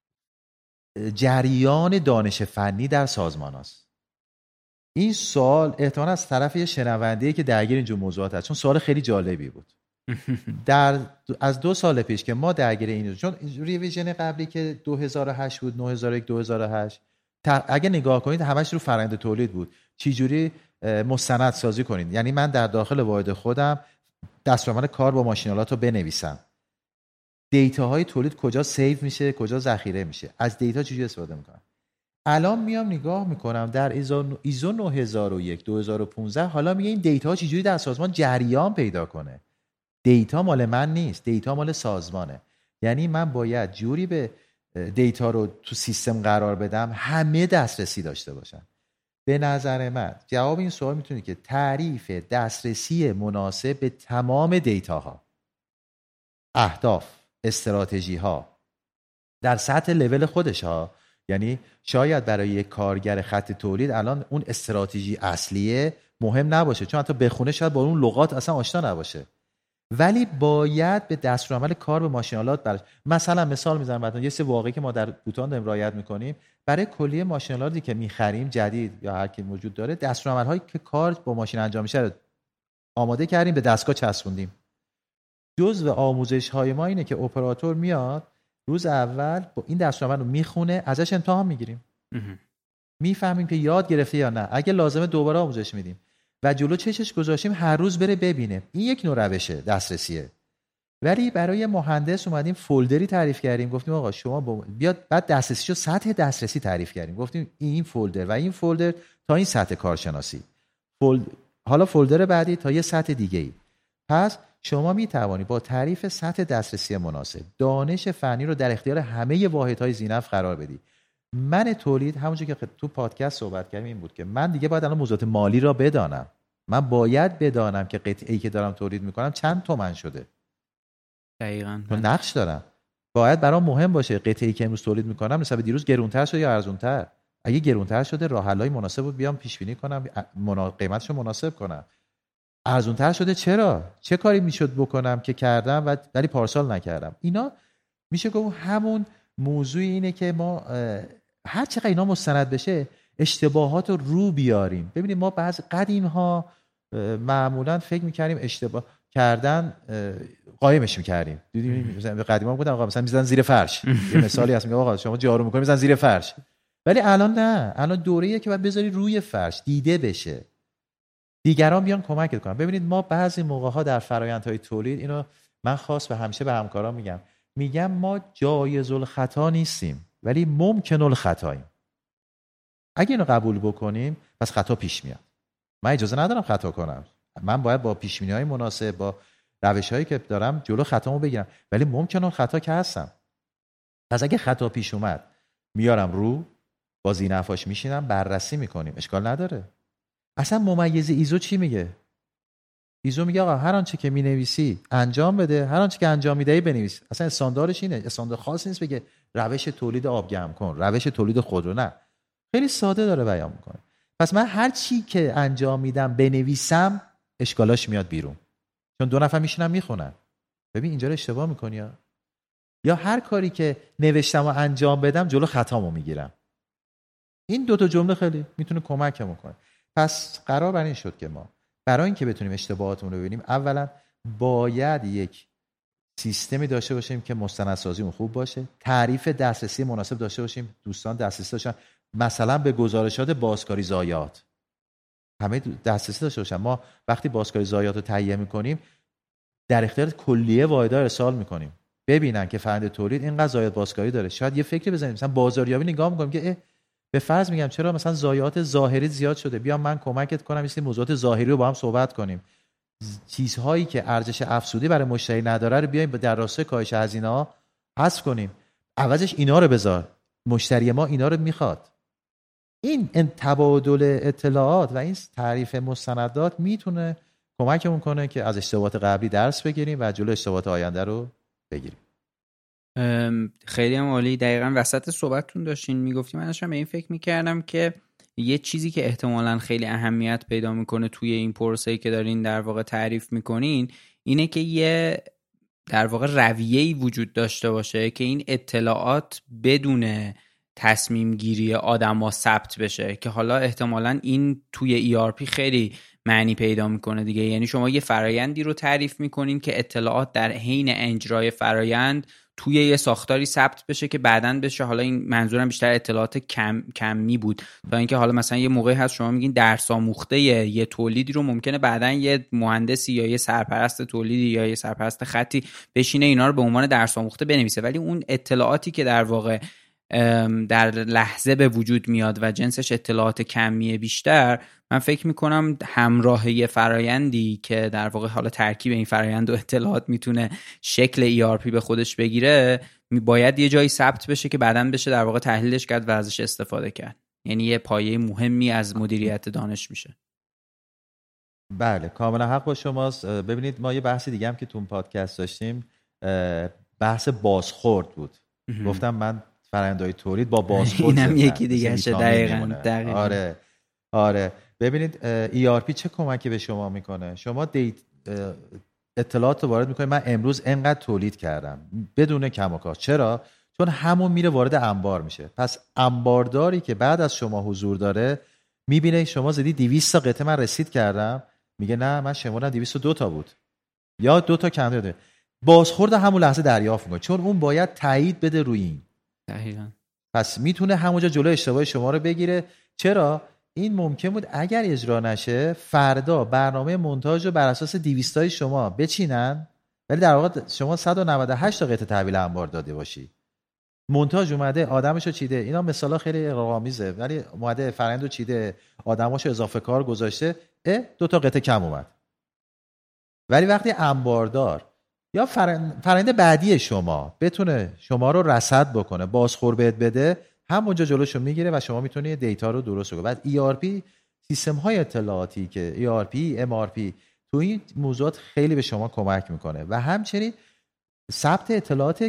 جریان دانش فنی در سازمان هست. این سوال احتمالاً از طرف یه شنونده‌ای که درگیر اینجور موضوعات هست، چون سوال خیلی جالبی بود. از 2 سال پیش که ما درگیر این، چون ریویژن قبلی که 2008 بود، 9001 2008، اگه نگاه کنید همش رو فرآیند تولید بود، چی جوری مستند سازی کنید. یعنی من در داخل واحد خودم دستورالعمل کار با ماشین‌آلات رو بنویسم، دیتاهای تولید کجا سیو میشه، کجا ذخیره میشه، از دیتا چجوری استفاده میکنم. الان میام نگاه میکنم در ایزو 9001 2015 حالا میگه این دیتا چجوری در سازمان جریان پیدا کنه. دیتا مال من نیست، دیتا مال سازمانه. یعنی من باید جوری به دیتا رو تو سیستم قرار بدم همه دسترسی داشته باشن. به نظر من جواب این سوال میتونه که تعریف دسترسی مناسب به تمام دیتاها، اهداف، استراتژی ها در سطح لول خودش ها. یعنی شاید برای یک کارگر خط تولید الان اون استراتژی اصلیه مهم نباشه، چون حتی بخونه شاید با اون لغات اصلا آشنا نباشه، ولی باید به دستورالعمل کار به ماشین‌آلات براش. مثلا مثال میزنم براتون، یه سری واقعی که ما در بوتان داریم رعایت میکنیم، برای کلیه ماشین‌آلاتی که میخریم جدید یا هر کی موجود داره، دستورالعمل‌هایی که کار با ماشین انجام میشه رو آماده کردیم، به دستگاه چسبوندیم. جزء آموزش‌های ما اینه که اپراتور میاد روز اول با این دستورالعمل رو میخونه، ازش امتحان میگیریم، میفهمیم که یاد گرفته یا نه، اگه لازمه دوباره آموزش میدیم و جلو چشش گذاشتیم هر روز بره ببینه. این یک نوع روشه دسترسیه. ولی برای مهندس اومدیم فولدری تعریف کردیم، گفتیم آقا شما بیاد، بعد دسترسیشو سطح دسترسی تعریف کردیم، گفتیم این فولدر و این فولدر تا این سطح کارشناسی، حالا فولدر بعدی تا یه سطح دیگه ای. پس شما می توانید با تعریف سطح دسترسی مناسب دانش فنی رو در اختیار همه واحدهای ذینفع قرار بدید. من تولید همونجور که تو پادکست صحبت کردیم این بود که من دیگه باید الان موضوعات مالی را بدانم. من باید بدانم که قطعه‌ای که دارم تولید میکنم چند تومن شده. دقیقاً. چون نقش دارم. باید برام مهم باشه قطعه‌ای که امروز تولید میکنم نسبت دیروز گرونتر شده یا ارزونتر. اگه گرونتر شده راه حل‌های مناسب رو بیام پیش بینی کنم، قیمتشو مناسب کنم. ارزونتر شده چرا؟ چه کاری میشد بکنم که کردم ولی پارسال نکردم. اینا میشه گفت همون موضوع اینه که ما هر چقدر اینا مستند بشه اشتباهات رو بیاریم. ببینید ما بعض قدیم ها معمولا فکر میکردیم اشتباه کردن قایمش میکردیم. دیدیم مثلا قدیما بودن آقا مثلا میذارن زیر فرش. یه مثالی هست میگه آقا شما جارو میکنید میذارن زیر فرش. ولی الان نه، الان دوره‌ایه که باید بذاری روی فرش دیده بشه. دیگران بیان کمکت کنن. ببینید ما بعضی موقع‌ها در فرآیندهای تولید، اینو من خاص به همیشه به همکاران میگم ما جایز الخطا نیستیم ولی ممکن الخطاییم. اگه اینو قبول بکنیم پس خطا پیش میاد. من اجازه ندارم خطا کنم. من باید با پیش‌بینی‌های مناسب، با روش‌هایی که دارم جلو خطامو بگیرم، ولی ممکن الخطا که هستم. پس اگه خطا پیش اومد میارم رو، با ذینفعاش میشینم بررسی میکنیم، اشکال نداره. اصلا ممیز ایزو چی میگه؟ ایزو میگه آقا هر آنچه که مینویسی انجام بده، هر آنچه که انجام میدهی بنویس. اصلا استانداردش اینه، استاندارد خاص نیست بگه روش تولید آب گرم کن، روش تولید خودرو، نه. خیلی ساده داره بیان میکنه. پس من هر چی که انجام میدم بنویسم اشکالاش میاد بیرون. چون دو نفر میشینن میخونن. ببین اینجا رو اشتباه میکنی یا هر کاری که نوشتم و انجام بدم جلو خطامو میگیرم. این دو تا جمله خیلی میتونه کمکمون کنه. پس قرار بر این شد که ما برای اینکه بتونیم اشتباهاتمون رو ببینیم، اولا باید یک سیستمی داشته باشیم که مستندسازی اون خوب باشه، تعریف دسترسی مناسب داشته باشیم، دوستان دسترسی داشتن مثلا به گزارشات بازکاری ضایعات، همه دسترسی داشته باشن. ما وقتی بازکاری ضایعات رو تهیه می‌کنیم در اختیار کلیه واحدها ارسال می‌کنیم، ببینن که فرآیند تولید اینقدر ضایعات بازکاری داره. شاید یه فکری بزنیم، مثلا بازاریابی نگاه می‌کنیم که به فرض میگم چرا مثلا ضایعات ظاهری زیاد شده، بیا من کمکت کنم این موضوعات ظاهری رو با هم صحبت کنیم. چیزهایی که ارزش افزوده برای مشتری نداره رو بیایم در راستای کاهش هزینه‌ها حذف کنیم، عوضش اینا رو بذار، مشتری ما اینا رو میخواد. این تبادل اطلاعات و این تعریف مستندات میتونه کمکمون کنه که از اشتباهات قبلی درس بگیریم و جلو اشتباهات آینده رو بگیریم. خیلی هم عالی. دقیقاً وسط صحبتتون داشتین میگفتیم، من داشتم به این فکر میکردم که یه چیزی که احتمالاً خیلی اهمیت پیدا میکنه توی این پروسه‌ای که دارین در واقع تعریف میکنین اینه که یه در واقع رویه‌ای وجود داشته باشه که این اطلاعات بدون تصمیم گیری آدم‌ها ثبت بشه، که حالا احتمالاً این توی ERP خیلی معنی پیدا میکنه دیگه. یعنی شما یه فرایندی رو تعریف میکنین که اطلاعات در حین اجرای فرایند توی یه ساختاری ثبت بشه که بعداً بشه، حالا این منظورم بیشتر اطلاعات کمی بود، تا اینکه حالا مثلا یه موقعی هست شما میگین درس آموخته یه تولیدی رو ممکنه بعداً یه مهندسی یا یه سرپرست تولیدی یا یه سرپرست خطی بشینه اینا رو به عنوان درس آموخته بنویسه، ولی اون اطلاعاتی که در واقع در لحظه به وجود میاد و جنسش اطلاعات کمیه بیشتر، من فکر میکنم همراه یه فرایندی که در واقع حالا ترکیب این فرایند و اطلاعات میتونه شکل ERP به خودش بگیره، باید یه جایی ثبت بشه که بعداً بشه در واقع تحلیلش کرد و ازش استفاده کرد. یعنی یه پایه مهمی از مدیریت دانش میشه. بله کاملا حق با شماست. ببینید ما یه بحثی دیگه هم که تو پادکست داشتیم بحث بازخورد بود. گفتم من فرآیندهای تولید با بازخورد اینم یکی دیگه شه. دقیقاً. آره ببینید ERP چه کمکی به شما میکنه. شما اطلاعات رو وارد میکنید، من امروز انقدر تولید کردم بدون کم و کاست. چرا؟ چون همون میره وارد انبار میشه. پس انبارداری که بعد از شما حضور داره میبینه شما زدی 200 تا قطعه من رسید کردم، میگه نه من شمردم 202 تا بود یا 2 تا کم داده. بازخورد همون لحظه دریافت میکنه، چون اون باید تایید بده روی این. دقیقاً. پس میتونه همونجا جلوی اشتباه شما رو بگیره. چرا؟ این ممکن بود اگر اجرا نشه فردا برنامه مونتاژ رو بر اساس 200 تای شما بچینن، ولی در واقع شما 198 تا قطعه تحویل انبار داده باشی. مونتاژ اومده آدمشو چیده، اینا مثلا خیلی اغراق‌آمیزه، ولی اومده فرآیندو چیده، آدماشو اضافه کار گذاشته، 2 تا قطعه کم اومد. ولی وقتی انباردار یا فرآیند بعدی شما بتونه شما رو رصد بکنه، بازخور بهت بده، همونجا جلوشو میگیره و شما میتونی دیتا رو درست کنی. بعد ERP سیستم های اطلاعاتی که ERP MRP تو این موضوعات خیلی به شما کمک میکنه و همچنین ثبت اطلاعات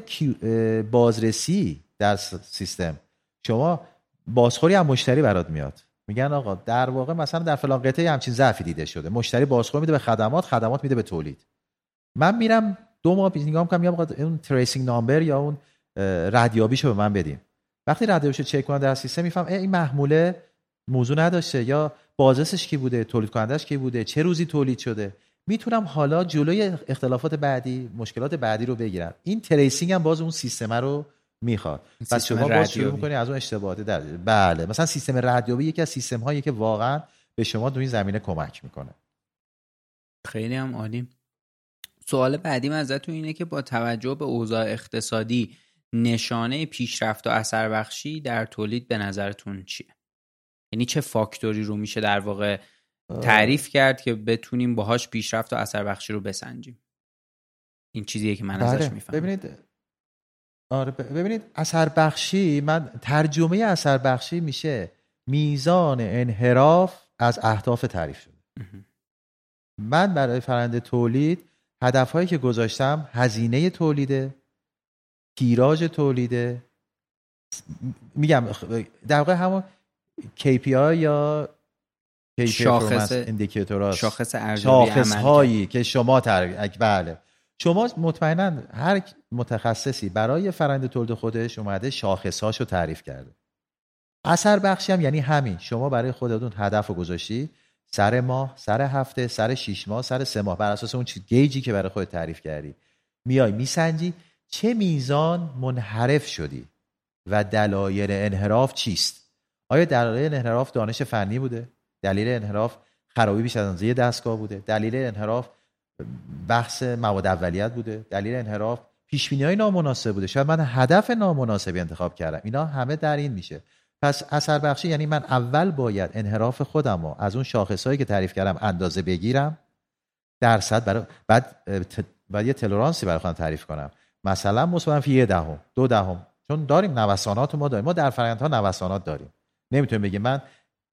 بازرسی در سیستم. شما بازخوری از مشتری برات میاد، میگن آقا در واقع مثلا در فلان قطعه همچین ضعفی دیده شده، مشتری بازخور میده به خدمات میده به تولید. من میرم 2 ماه نگاه میکنم یا اون تریسینگ نامبر یا اون ردیابیشو به من بدین. وقتی ردیابیشو چک کنم در سیستم میفهم این محموله موضوع نداشته یا بازرسش کی بوده، تولید کنندش کی بوده، چه روزی تولید شده. میتونم حالا جلوی اختلافات بعدی، مشکلات بعدی رو بگیرم. این تریسینگ هم باز اون سیستم رو میخواد. پس شما باز شروع می‌کنی از اون اشتباهات در بله، مثلا سیستم ردیابی یکی از سیستم هایی که واقعا به شما تو این زمینه کمک میکنه. خیلی هم عالی. سوال بعدیم ازتون اینه که با توجه به اوضاع اقتصادی نشانه پیشرفت و اثر بخشی در تولید به نظرتون چیه؟ یعنی چه فاکتوری رو میشه در واقع تعریف کرد که بتونیم باهاش پیشرفت و اثر بخشی رو بسنجیم؟ این چیزیه که من ازش میفهمم. ببینید اثر بخشی، من ترجمه اثر بخشی میشه میزان انحراف از اهداف تعریف شده. من برای فرآیند تولید هدفهایی که گذاشتم هزینه تولیده، تیراژ تولیده، میگم در واقع همون KPI یا شاخص اندیکاتورها، شاخص ارزیابی هایی که شما بله، شما مطمئنا هر متخصصی برای فرآیند تولید خودش اومده شاخص‌هاشو تعریف کرده. اثر بخشی هم یعنی همین، شما برای خودتون هدفو گذاشتی، سر ماه، سر هفته، سر 6 ماه، سر 3 ماه، بر اساس اون گیجی که برای خودت تعریف کردی میای میسنجی چه میزان منحرف شدی و دلایل انحراف چیست. آیا دلایل انحراف دانش فنی بوده؟ دلیل انحراف خرابی بیش از اندازه دستگاه بوده؟ دلیل انحراف بحث مواد اولیت بوده؟ دلیل انحراف پیش‌بینی‌های نامناسب بوده؟ شاید من هدف نامناسبی انتخاب کردم. اینا همه در این میشه. پس اثر بخشی یعنی من اول باید انحراف خودم رو از اون شاخصایی که تعریف کردم اندازه بگیرم، درصد بعد یه تولرانسی برای خودم تعریف کنم، مثلا مثبت 1/10 2/10، چون داریم نوسانات، ما در فرآیندها نوسانات داریم. نمیتونیم بگیم من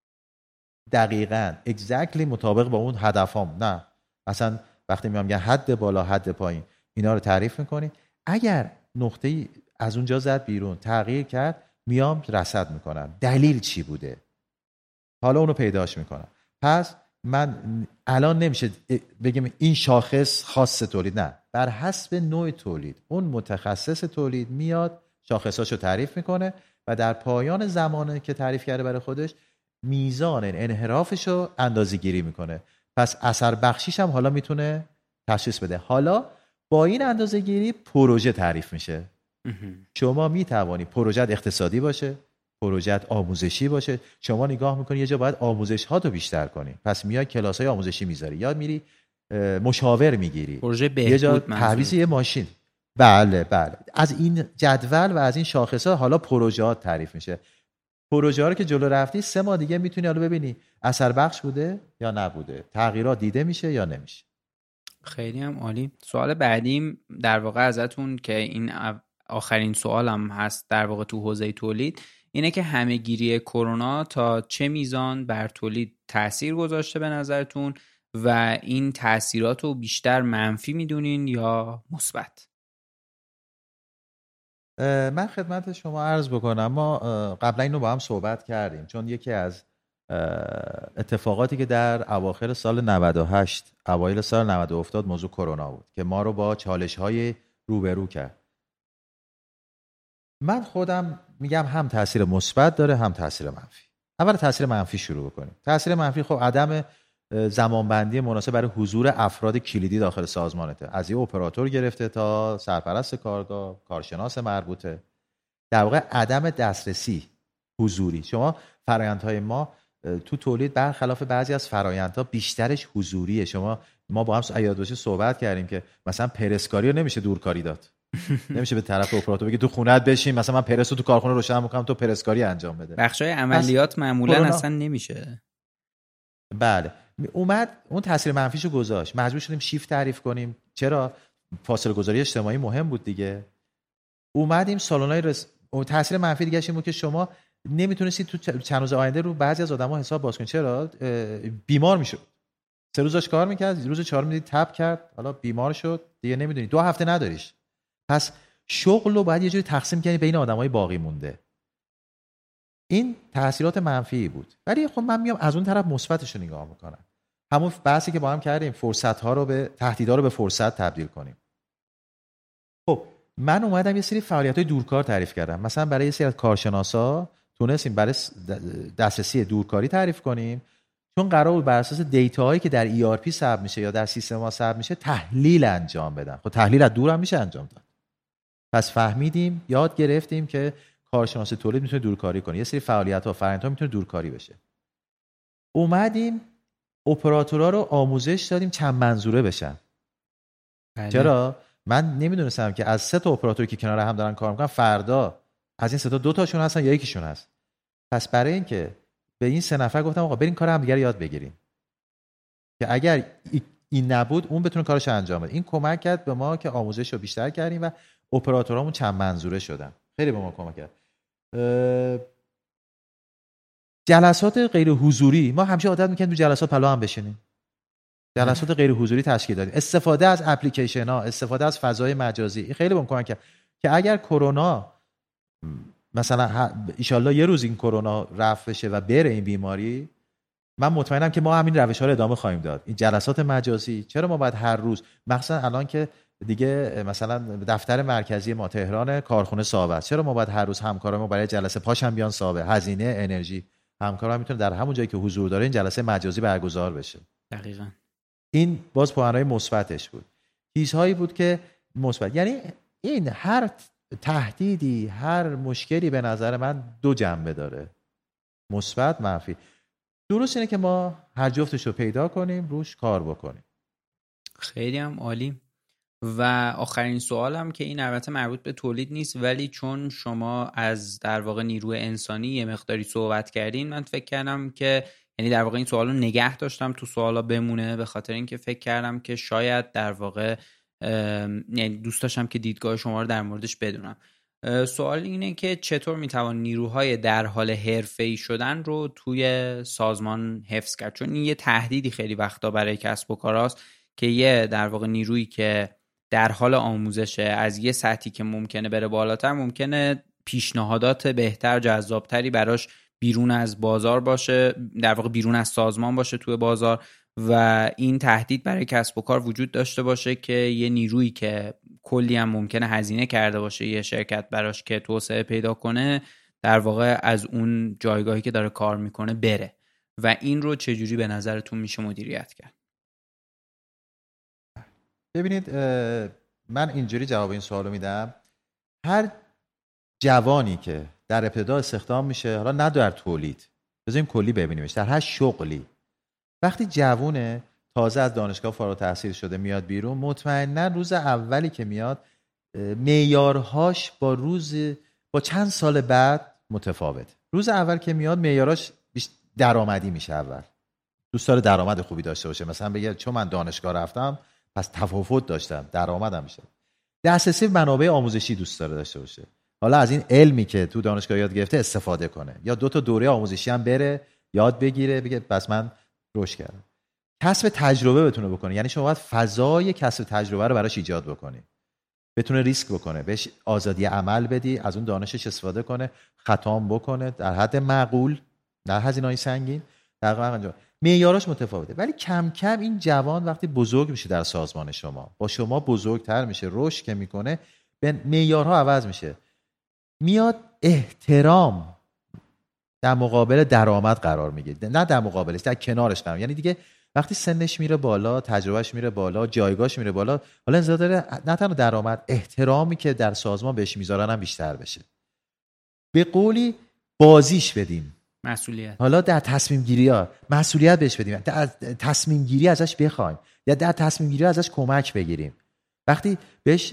دقیقاً exactly مطابق با اون هدفام، نه، مثلا وقتی میام میگم حد بالا حد پایین اینا رو تعریف میکنی، اگر نقطه‌ای از اونجا زد بیرون تغییر کرد میام رصد میکنم دلیل چی بوده، حالا اونو پیداش میکنم. پس من الان نمیشه بگم این شاخص خاص تولید، نه، بر حسب نوع تولید اون متخصص تولید میاد شاخصاشو تعریف میکنه و در پایان زمانی که تعریف کرده برای خودش میزان انحرافشو اندازه‌گیری میکنه. پس اثر بخشیش هم حالا میتونه تشخیص بده. حالا با این اندازه‌گیری پروژه تعریف میشه. شما میتوانی پروژه اقتصادی باشه، پروژه آموزشی باشه. شما نگاه میکنی یه جا باید آموزش ها تو بیشتر کنی، پس میای کلاس های آموزشی میذاری یا میری مشاور میگیری، پروژه یه جا تعویض یه ماشین. بله از این جدول و از این شاخص ها حالا پروژه ها تعریف میشه. پروژه ها رو که جلو رفتی 3 ماه دیگه میتونی حالا ببینی اثر بخش بوده یا نبوده، تغییرات دیده میشه یا نمیشه. خیلی هم عالی. سوال بعدیم در واقع ازتون که این آخرین سوالم هست در واقع تو حوزه تولید، اینه که همه‌گیری کرونا تا چه میزان بر تولید تأثیر گذاشته به نظرتون و این تأثیرات رو بیشتر منفی میدونین یا مثبت؟ من خدمت شما عرض بکنم، ما قبلا اینو با هم صحبت کردیم، چون یکی از اتفاقاتی که در اواخر سال 98 اوایل سال 90 افتاد موضوع کرونا بود که ما رو با چالش‌های روبرو کرد. من خودم میگم هم تاثیر مثبت داره هم تاثیر منفی. اول تاثیر منفی شروع بکنیم. تاثیر منفی خب عدم زمانبندی مناسب برای حضور افراد کلیدی داخل سازمانته، از یه اپراتور گرفته تا سرپرست کارگاه، کارشناس مربوطه، در واقع عدم دسترسی حضوری. شما فرآیندهای ما تو تولید برخلاف بعضی از فرآیندها بیشترش حضوریه. ما با هم یاد باشه صحبت کردیم که مثلا پرسکاری رو نمیشه دورکاری داد. نمیشه به طرف اپراتور بگی تو خونه‌ات بشین مثلا من پرس رو تو کارخونه روشن می‌کنم تو پرسکاری انجام بده. بخشای عملیات معمولا اصلا نمیشه. بله اومد اون تاثیر منفیشو گذاشت، مجبور شدیم شیفت تعریف کنیم. چرا؟ فاصله گذاری اجتماعی مهم بود دیگه. اومدیم سالن‌های اون تاثیر منفی دیگه این بود که شما نمیتونستید تو چند روز آینده رو بعضی از آدم‌ها حساب باز کنید. چرا؟ بیمار میشد. 3 روزش کار میکرد، روز 4 میدید تب کرد، حالا بیمار شد دیگه، نمیدونی 2 هفته نداریش. پس شغل رو باید یه جوری تقسیم کنی بین آدمای باقی مونده. این تاثیرات منفی بود. ولی خب من میام از اون طرف مثبتش رو نگاه میکنم. همون بحثی که با هم کردیم، فرصت‌ها رو به تهدیدها رو به فرصت تبدیل کنیم. خب من اومدم یه سری فعالیت‌های دورکار تعریف کردم. مثلا برای یه سری از کارشناسا تونستیم برای دسترسی دورکاری تعریف کنیم، چون قرار بود بر اساس دیتاهایی که در ERP ثبت میشه یا در سیستم‌ها ثبت میشه تحلیل انجام بدن. خب تحلیل از دور هم میشه انجام داد. پس فهمیدیم، یاد گرفتیم که کارشناس تولید میتونه دورکاری کنه، یه سری فعالیت‌ها فرآیندها میتونه دورکاری بشه. اومدیم اپراتورها رو آموزش دادیم چند منظوره بشن. بله. چرا؟ من نمیدونستم که از 3 تا اپراتوری که کنار هم دارن کار میکنن فردا از این 3 تا 2 تاشون هستن یا یکیشون هست. پس برای اینکه به این 3 نفر گفتم آقا برین کار همدیگه رو یاد بگیریم که اگر این نبود اون بتونه کارش انجام بده. این کمک کرد به ما که آموزش رو بیشتر کردیم و اپراتورامون چند منظوره شدن. خیلی به ما کمک کرد. جلسات غیر حضوری ما همیشه عادت می‌کردیم تو جلسات پلو هم بشینیم. جلسات غیر حضوری تشکیل دادیم. استفاده از اپلیکیشن ها، استفاده از فضای مجازی خیلی به ما کمک کرد که اگر کرونا مثلا ان شاءالله یه روز این کرونا رفع بشه و بره این بیماری، من مطمئنم که ما همین روش‌ها رو ادامه خواهیم داد. این جلسات مجازی، چرا ما باید هر روز، مثلا الان که دیگه مثلا دفتر مرکزی ما تهران، کارخونه ساوه، چرا ما باید هر روز همکارا ما برای جلسه پاشن بیان ساوه؟ هزینه انرژی، همکارا میتونه در همون جایی که حضور داره این جلسه مجازی برگزار بشه. دقیقاً. این باز پوانهای مثبتش بود. چیزهایی بود که مثبت، یعنی این هر تهدیدی، هر مشکلی به نظر من 2 جنبه داره، مثبت منفی. درست اینه که ما هر جفتش رو پیدا کنیم، روش کار بکنیم. خیلی هم عالی. و آخرین سوالم که این البته مربوط به تولید نیست، ولی چون شما از در واقع نیروی انسانی یه مقداری صحبت کردین، من فکر کردم که یعنی در واقع این سوالو نگه داشتم تو سوالا بمونه، به خاطر اینکه فکر کردم که شاید در واقع یعنی دوست داشتم که دیدگاه شما رو در موردش بدونم. سوال اینه که چطور میتوان نیروهای در حال حرفه‌ای شدن رو توی سازمان حفظ کرد؟ چون این یه تهدیدی خیلی وقتا برای کسب و کاراست که یه در واقع نیرویی که در حال آموزشه از یه سطحی که ممکنه بره بالاتر، ممکنه پیشنهادات بهتر، جذابتری براش بیرون از بازار باشه، در واقع بیرون از سازمان باشه توی بازار، و این تهدید برای کسب و کار وجود داشته باشه که یه نیرویی که کلی هم ممکنه هزینه کرده باشه یه شرکت براش که توسعه پیدا کنه، در واقع از اون جایگاهی که داره کار میکنه بره. و این رو چجوری به نظرتون میشه مدیریت کرد؟ ببینید من اینجوری جواب این سوالو میدم. هر جوانی که در ابتدا استخدام میشه، حالا نه در تولید، بذاریم کلی ببینیمش، در هر شغلی، وقتی جوونه تازه از دانشگاه فارغ التحصیل شده میاد بیرون، مطمئنا روز اولی که میاد معیارهاش با چند سال بعد متفاوت. روز اول که میاد معیاراش درآمدی میشه. اول دوست داره درآمد خوبی داشته باشه، مثلا بگه چون من دانشگاه رفتم پس تفاوت داشتم، درآمدم میشه. دسترسی به منابع آموزشی دوست داشته باشه، حالا از این علمی که تو دانشگاه یاد گرفته استفاده کنه، یا 2 تا دوره آموزشی هم بره یاد بگیره، بگه بس من رشد کردم. کسب تجربه بتونه بکنه، یعنی شما باید فضای کسب تجربه رو براش ایجاد بکنی، بتونه ریسک بکنه، بهش آزادی عمل بدی، از اون دانشش استفاده کنه، خطا بکنه در حد معقول، نه هزینه‌های سنگین. دقیقاً انجام معیاراش متفاوته. ولی کم کم این جوان وقتی بزرگ میشه در سازمان شما، با شما بزرگتر میشه، رشد که میکنه، معیارها عوض میشه، میاد احترام در مقابل درآمد قرار میگیره، نه در مقابلش، در کنارش قرار. یعنی دیگه وقتی سنش میره بالا، تجربهش میره بالا، جایگاهش میره بالا، حالا انتظار داره نه تنها درآمد، احترامی که در سازمان بهش میذارن هم بیشتر بشه. به قولی بازیش بدیم، مسئولیت. حالا در تصمیم گیری ها مسئولیت بهش بدیم، در تصمیم گیری ازش بخوایم یا در تصمیم گیری ازش کمک بگیریم. وقتی بهش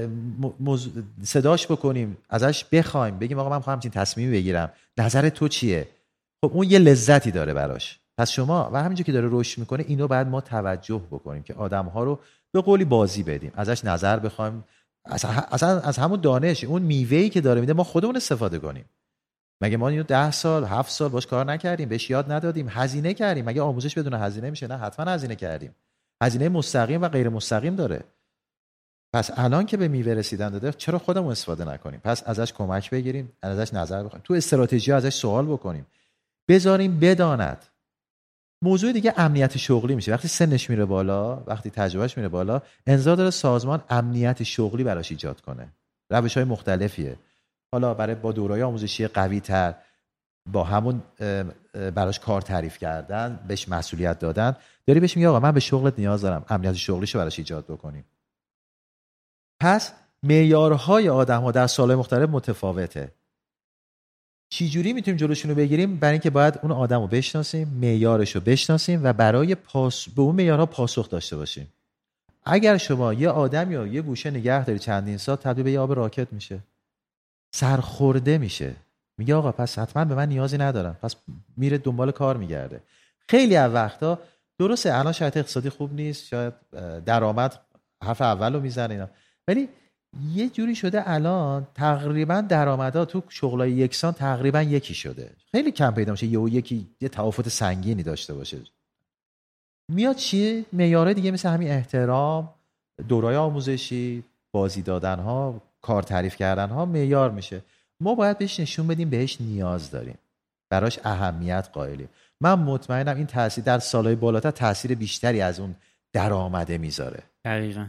صداش بکنیم، ازش بخوایم، بگیم آقا من میخوام این تصمیم بگیرم، نظر تو چیه؟ خب اون یه لذتی داره براش. پس شما و همینجور که داره رشد میکنه اینو بعد ما توجه بکنیم که آدم‌ها رو به قولی بازی بدیم، ازش نظر بخوایم، اصلا از همون دانش اون میوه‌ای که داره میده ما خودمون استفاده کنیم. مگه ما اینو 10 سال 7 سال باش کار نکردیم، بهش یاد ندادیم، هزینه کردیم؟ مگه آموزش بدون هزینه میشه؟ نه، حتما هزینه کردیم. هزینه مستقیم و غیر مستقیم داره. پس الان که به میوه رسیدن داده چرا خودمون استفاده نکنیم؟ پس ازش کمک بگیریم، ازش نظر بخوایم، تو استراتژی ازش سوال بکنیم، بذاریم بداند. موضوع دیگه امنیت شغلی میشه. وقتی سنش میره بالا، وقتی تجربهش میره بالا، انتظار داره سازمان امنیت شغلی براش ایجاد کنه. روش‌های مختلفیه. حالا با دوره‌های آموزشی قوی‌تر، با همون براش کار تعریف کردن، بهش مسئولیت دادن، داری بهش میگی آقا من به شغلت نیاز دارم، امنیت شغلیشو براش ایجاد بکنیم. پس معیارهای آدم‌ها در سال‌های مختلف متفاوته. چی جوری میتونیم جلوشون رو بگیریم؟ برای اینکه باید اون آدمو بشناسیم، معیارش رو بشناسیم و برای به اون معیارها پاسخ داشته باشیم. اگر شما یه آدمی یا یه گوشه نگه داری چندین سال، تبدیل به یه آب راکت میشه، سرخورده میشه، میگه آقا پس حتما به من نیازی ندارم، پس میره دنبال کار میگرده. خیلی از وقتا درسته الان شاید اقتصادی خوب نیست، شاید درآمد حرف اولو میزنه اینا، ولی یه جوری شده الان تقریبا درآمدها تو شغلای یکسان تقریبا یکی شده. خیلی کم پیدا میشه یکی یه تفاوت سنگینی داشته باشه. میاد چیه؟ معیارهای دیگه مثل همین احترام، دورای آموزشی، بازی دادنها، کار تعریف کردنها معیار میشه. ما باید بهش نشون بدیم بهش نیاز داریم، براش اهمیت قائلیم. من مطمئنم این تاثیر در سالهای بالاتر تاثیر بیشتری از اون درآمده میذاره. دقیقاً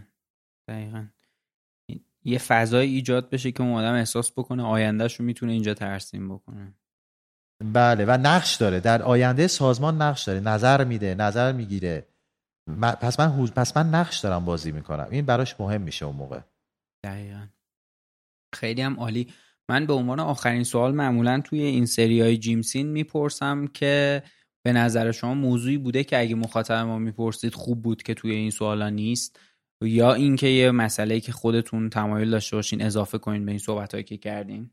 یه فضای ایجاد بشه که اون آدم احساس بکنه آیندهش رو میتونه اینجا ترسیم بکنه. بله، و نقش داره در آینده سازمان، نقش داره، نظر میده، نظر میگیره. پس من نقش دارم بازی میکنم. این براش مهم میشه اون موقع. دقیقاً. خیلی هم عالی. من به عنوان آخرین سوال معمولا توی این سریای جیمسین میپرسم که به نظر شما موضوعی بوده که اگه مخاطب ما میپرسید خوب بود که توی این سوالا نیست، یا اینکه یه مسئله‌ای که خودتون تمایل داشته باشین اضافه کنین به این صحبتایی که کردین؟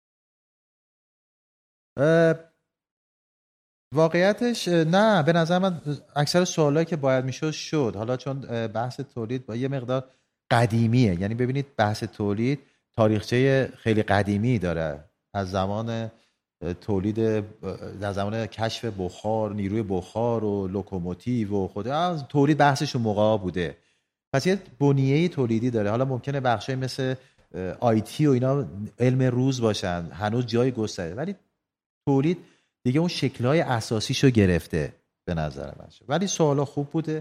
واقعیتش نه، به نظر من اکثر سوالایی که باید میشد شد. حالا چون بحث تولید با یه مقدار قدیمیه، یعنی ببینید بحث تولید تاریخچه خیلی قدیمی داره، از زمان تولید، در زمان کشف بخار، نیروی بخار و لوکوموتیو و خود از تولید بحثش اون موقع بوده. پس یه بنیه تولیدی داره. حالا ممکنه بخشای مثل آیتی و اینا علم روز باشن، هنوز جای گسترده، ولی تولید دیگه اون شکل‌های اساسیشو گرفته به نظر من. ولی سوالا خوب بوده.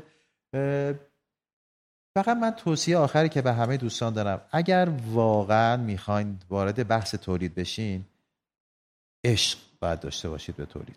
فقط من توصیه آخری که به همه دوستان دارم، اگر واقعا میخواین وارد بحث تولید بشین، عشق باید داشته باشید به تولید.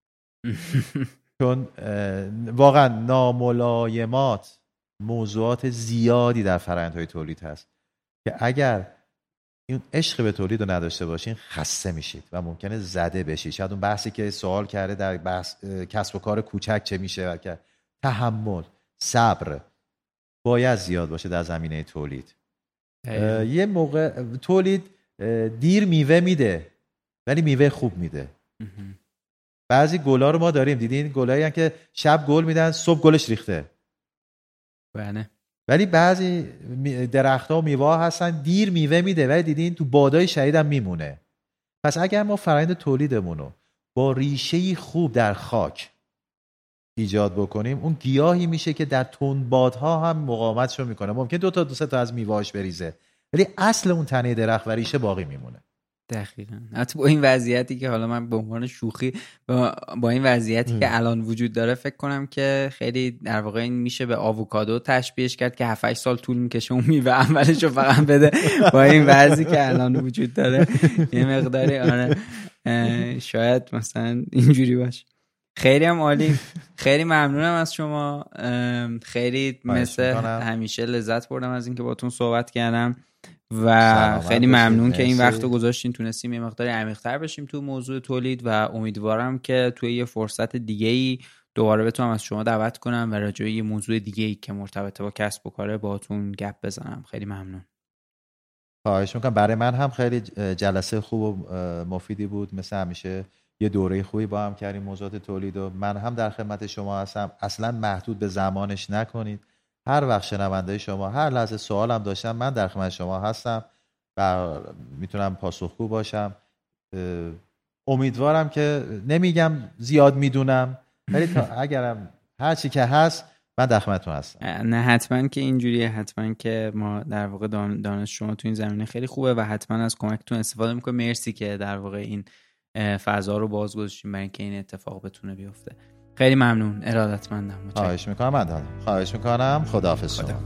چون واقعا ناملایمات، موضوعات زیادی در فرآیندهای تولید هست که اگر این عشق به تولید رو نداشته باشین خسته میشید و ممکنه زده بشید. شاید اون بحثی که سوال کرده در بحث کسب و کار کوچک چه میشه، که تحمل، صبر باید زیاد باشه در زمینه تولید. یه موقع تولید دیر میوه میده ولی میوه خوب میده. بعضی گلا رو ما داریم، دیدین گلایی که شب گل میدن صبح گلش ریخته. بله. ولی بعضی درخت‌ها و میوه هستن دیر میوه میده ولی دیدین تو بادای شدید هم میمونه. پس اگر ما فرآیند تولیدمون رو با ریشه‌ای خوب در خاک ایجاد بکنیم، اون گیاهی میشه که در تندبادها هم مقاومتشو میکنه. ممکن دو تا از میوه‌اش بریزه ولی اصل اون تنه درخت و ریشه باقی میمونه. دقیقاً. حتی با این وضعیتی که حالا من به عنوان شوخی با این وضعیتی که الان وجود داره فکر کنم که خیلی در واقع این میشه به آووکادو تشبیهش کرد که 7-8 سال طول میکشه اون میوه اولشو فقط بده. با این وضعی که الان وجود داره یه مقداری آره شاید مثلا اینجوری باشه. خیلی هم عالی. خیلی ممنونم از شما. خیلی مثل همیشه لذت بردم از اینکه باهاتون صحبت کردم و خیلی ممنون که این وقت رو گذاشتین، تونستیم یه مقداری عمیق‌تر بشیم تو موضوع تولید و امیدوارم که توی یه فرصت دیگه‌ای دوباره بتونم از شما دعوت کنم و راجع به یه موضوع دیگه‌ای که مرتبط با کسب و کاره باهاتون گپ بزنم. خیلی ممنون. خواهش می‌کنم. برای من هم خیلی جلسه خوب و مفیدی بود. مثل همیشه یه دوره خوبی با هم کردیم موضوعات تولید و من هم در خدمت شما هستم. اصلا محدود به زمانش نکنید. هر وقت شنونده شما هر لحظه سوالم داشتم من در خدمت شما هستم و میتونم پاسخگو باشم. امیدوارم که نمیگم زیاد میدونم ولی اگرم هر چی که هست من در خدمتتون هستم. نه حتما که اینجوریه، حتما که ما در واقع دانش شما تو این زمینه خیلی خوبه و حتما از کمکتون استفاده میکنیم. مرسی که در واقع این فضا رو باز گذاشتیم برای اینکه این اتفاق بتونه بیفته. خیلی ممنون، ارادتمندم. خواهش میکنم. خداحافظ شما.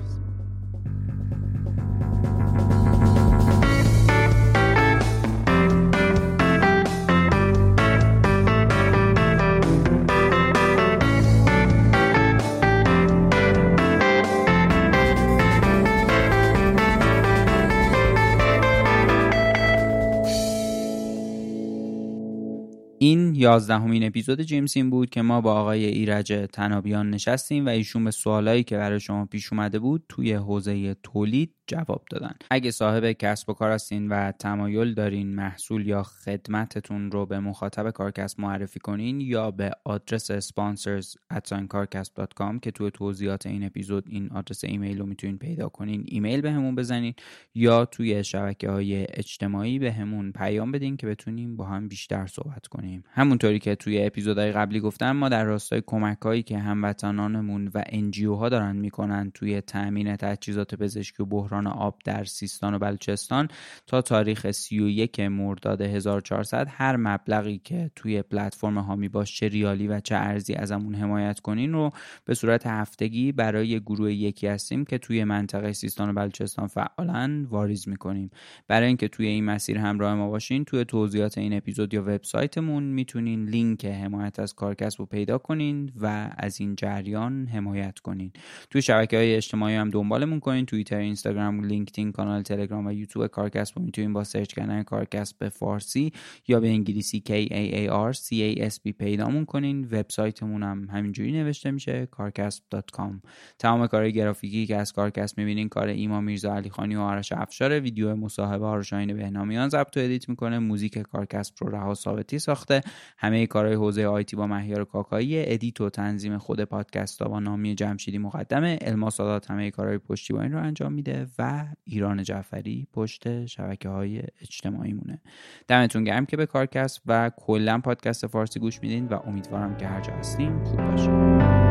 این 11مین اپیزود جیمسین بود که ما با آقای ایرج تنابیان نشستیم و ایشون به سوالایی که برای شما پیش اومده بود توی حوزه تولید جواب دادن. اگه صاحب کسب و کار هستین و تمایل دارین محصول یا خدمتتون رو به مخاطب کارکسب معرفی کنین یا به آدرس sponsors@carcasp.com که توی توضیحات این اپیزود این آدرس ایمیل رو میتونین پیدا کنین، ایمیل به همون بزنین یا توی شبکه‌های اجتماعی به همون پیام بدین که بتونیم با هم بیشتر صحبت کنیم. همونطوری که توی اپیزودهای قبلی گفتم ما در راستای کمک‌هایی که هموطنانمون و NGO ها دارن میکنن توی تامین تجهیزات پزشکی و بحران آب در سیستان و بلوچستان تا تاریخ 31 مرداد 1400 هر مبلغی که توی پلتفرم هامی باش چه ریالی و چه ارزی ازمون حمایت کنین رو به صورت هفتگی برای گروه یکی هستیم که توی منطقه سیستان و بلوچستان فعالن واریز میکنیم. برای اینکه توی این مسیر همراه ما باشین توی توضیحات این اپیزود یا وبسایتمون میتونین لینک حمایت از کارکسب رو پیدا کنین و از این جریان حمایت کنین. توی شبکه‌های اجتماعی هم دنبالمون کنین، توییتر، اینستاگرام، لینکدین، کانال تلگرام و یوتیوب کارکسب رو میتونین با سرچ کردن کارکسب به فارسی یا به انگلیسی KAARCASP پیدامون کنین. وبسایتمون هم همینجوری نوشته میشه carcasp.com. تمام کارهای گرافیکی که از کارکسب میبینین کار ایمان میرزا علیخانی و آرش افشار. ویدیو مصاحبه ها رو شاهین بهنامیان ضبط و ادیت میکنه. موزیک کارکسب رو رها ثابتی ساخته. همه کارهای حوزه آیتی با مهیار کاکایی. ادیت و تنظیم خود پادکست ها با نامی جمشیدی مقدمه. الما سادات همه کارهای پشتیبانی رو انجام میده و ایران جعفری پشت شبکه‌های اجتماعی مونه. دمتون گرم که به کارکسب و کلا پادکست فارسی گوش میدین و امیدوارم که هر جا هستین خوب باشین.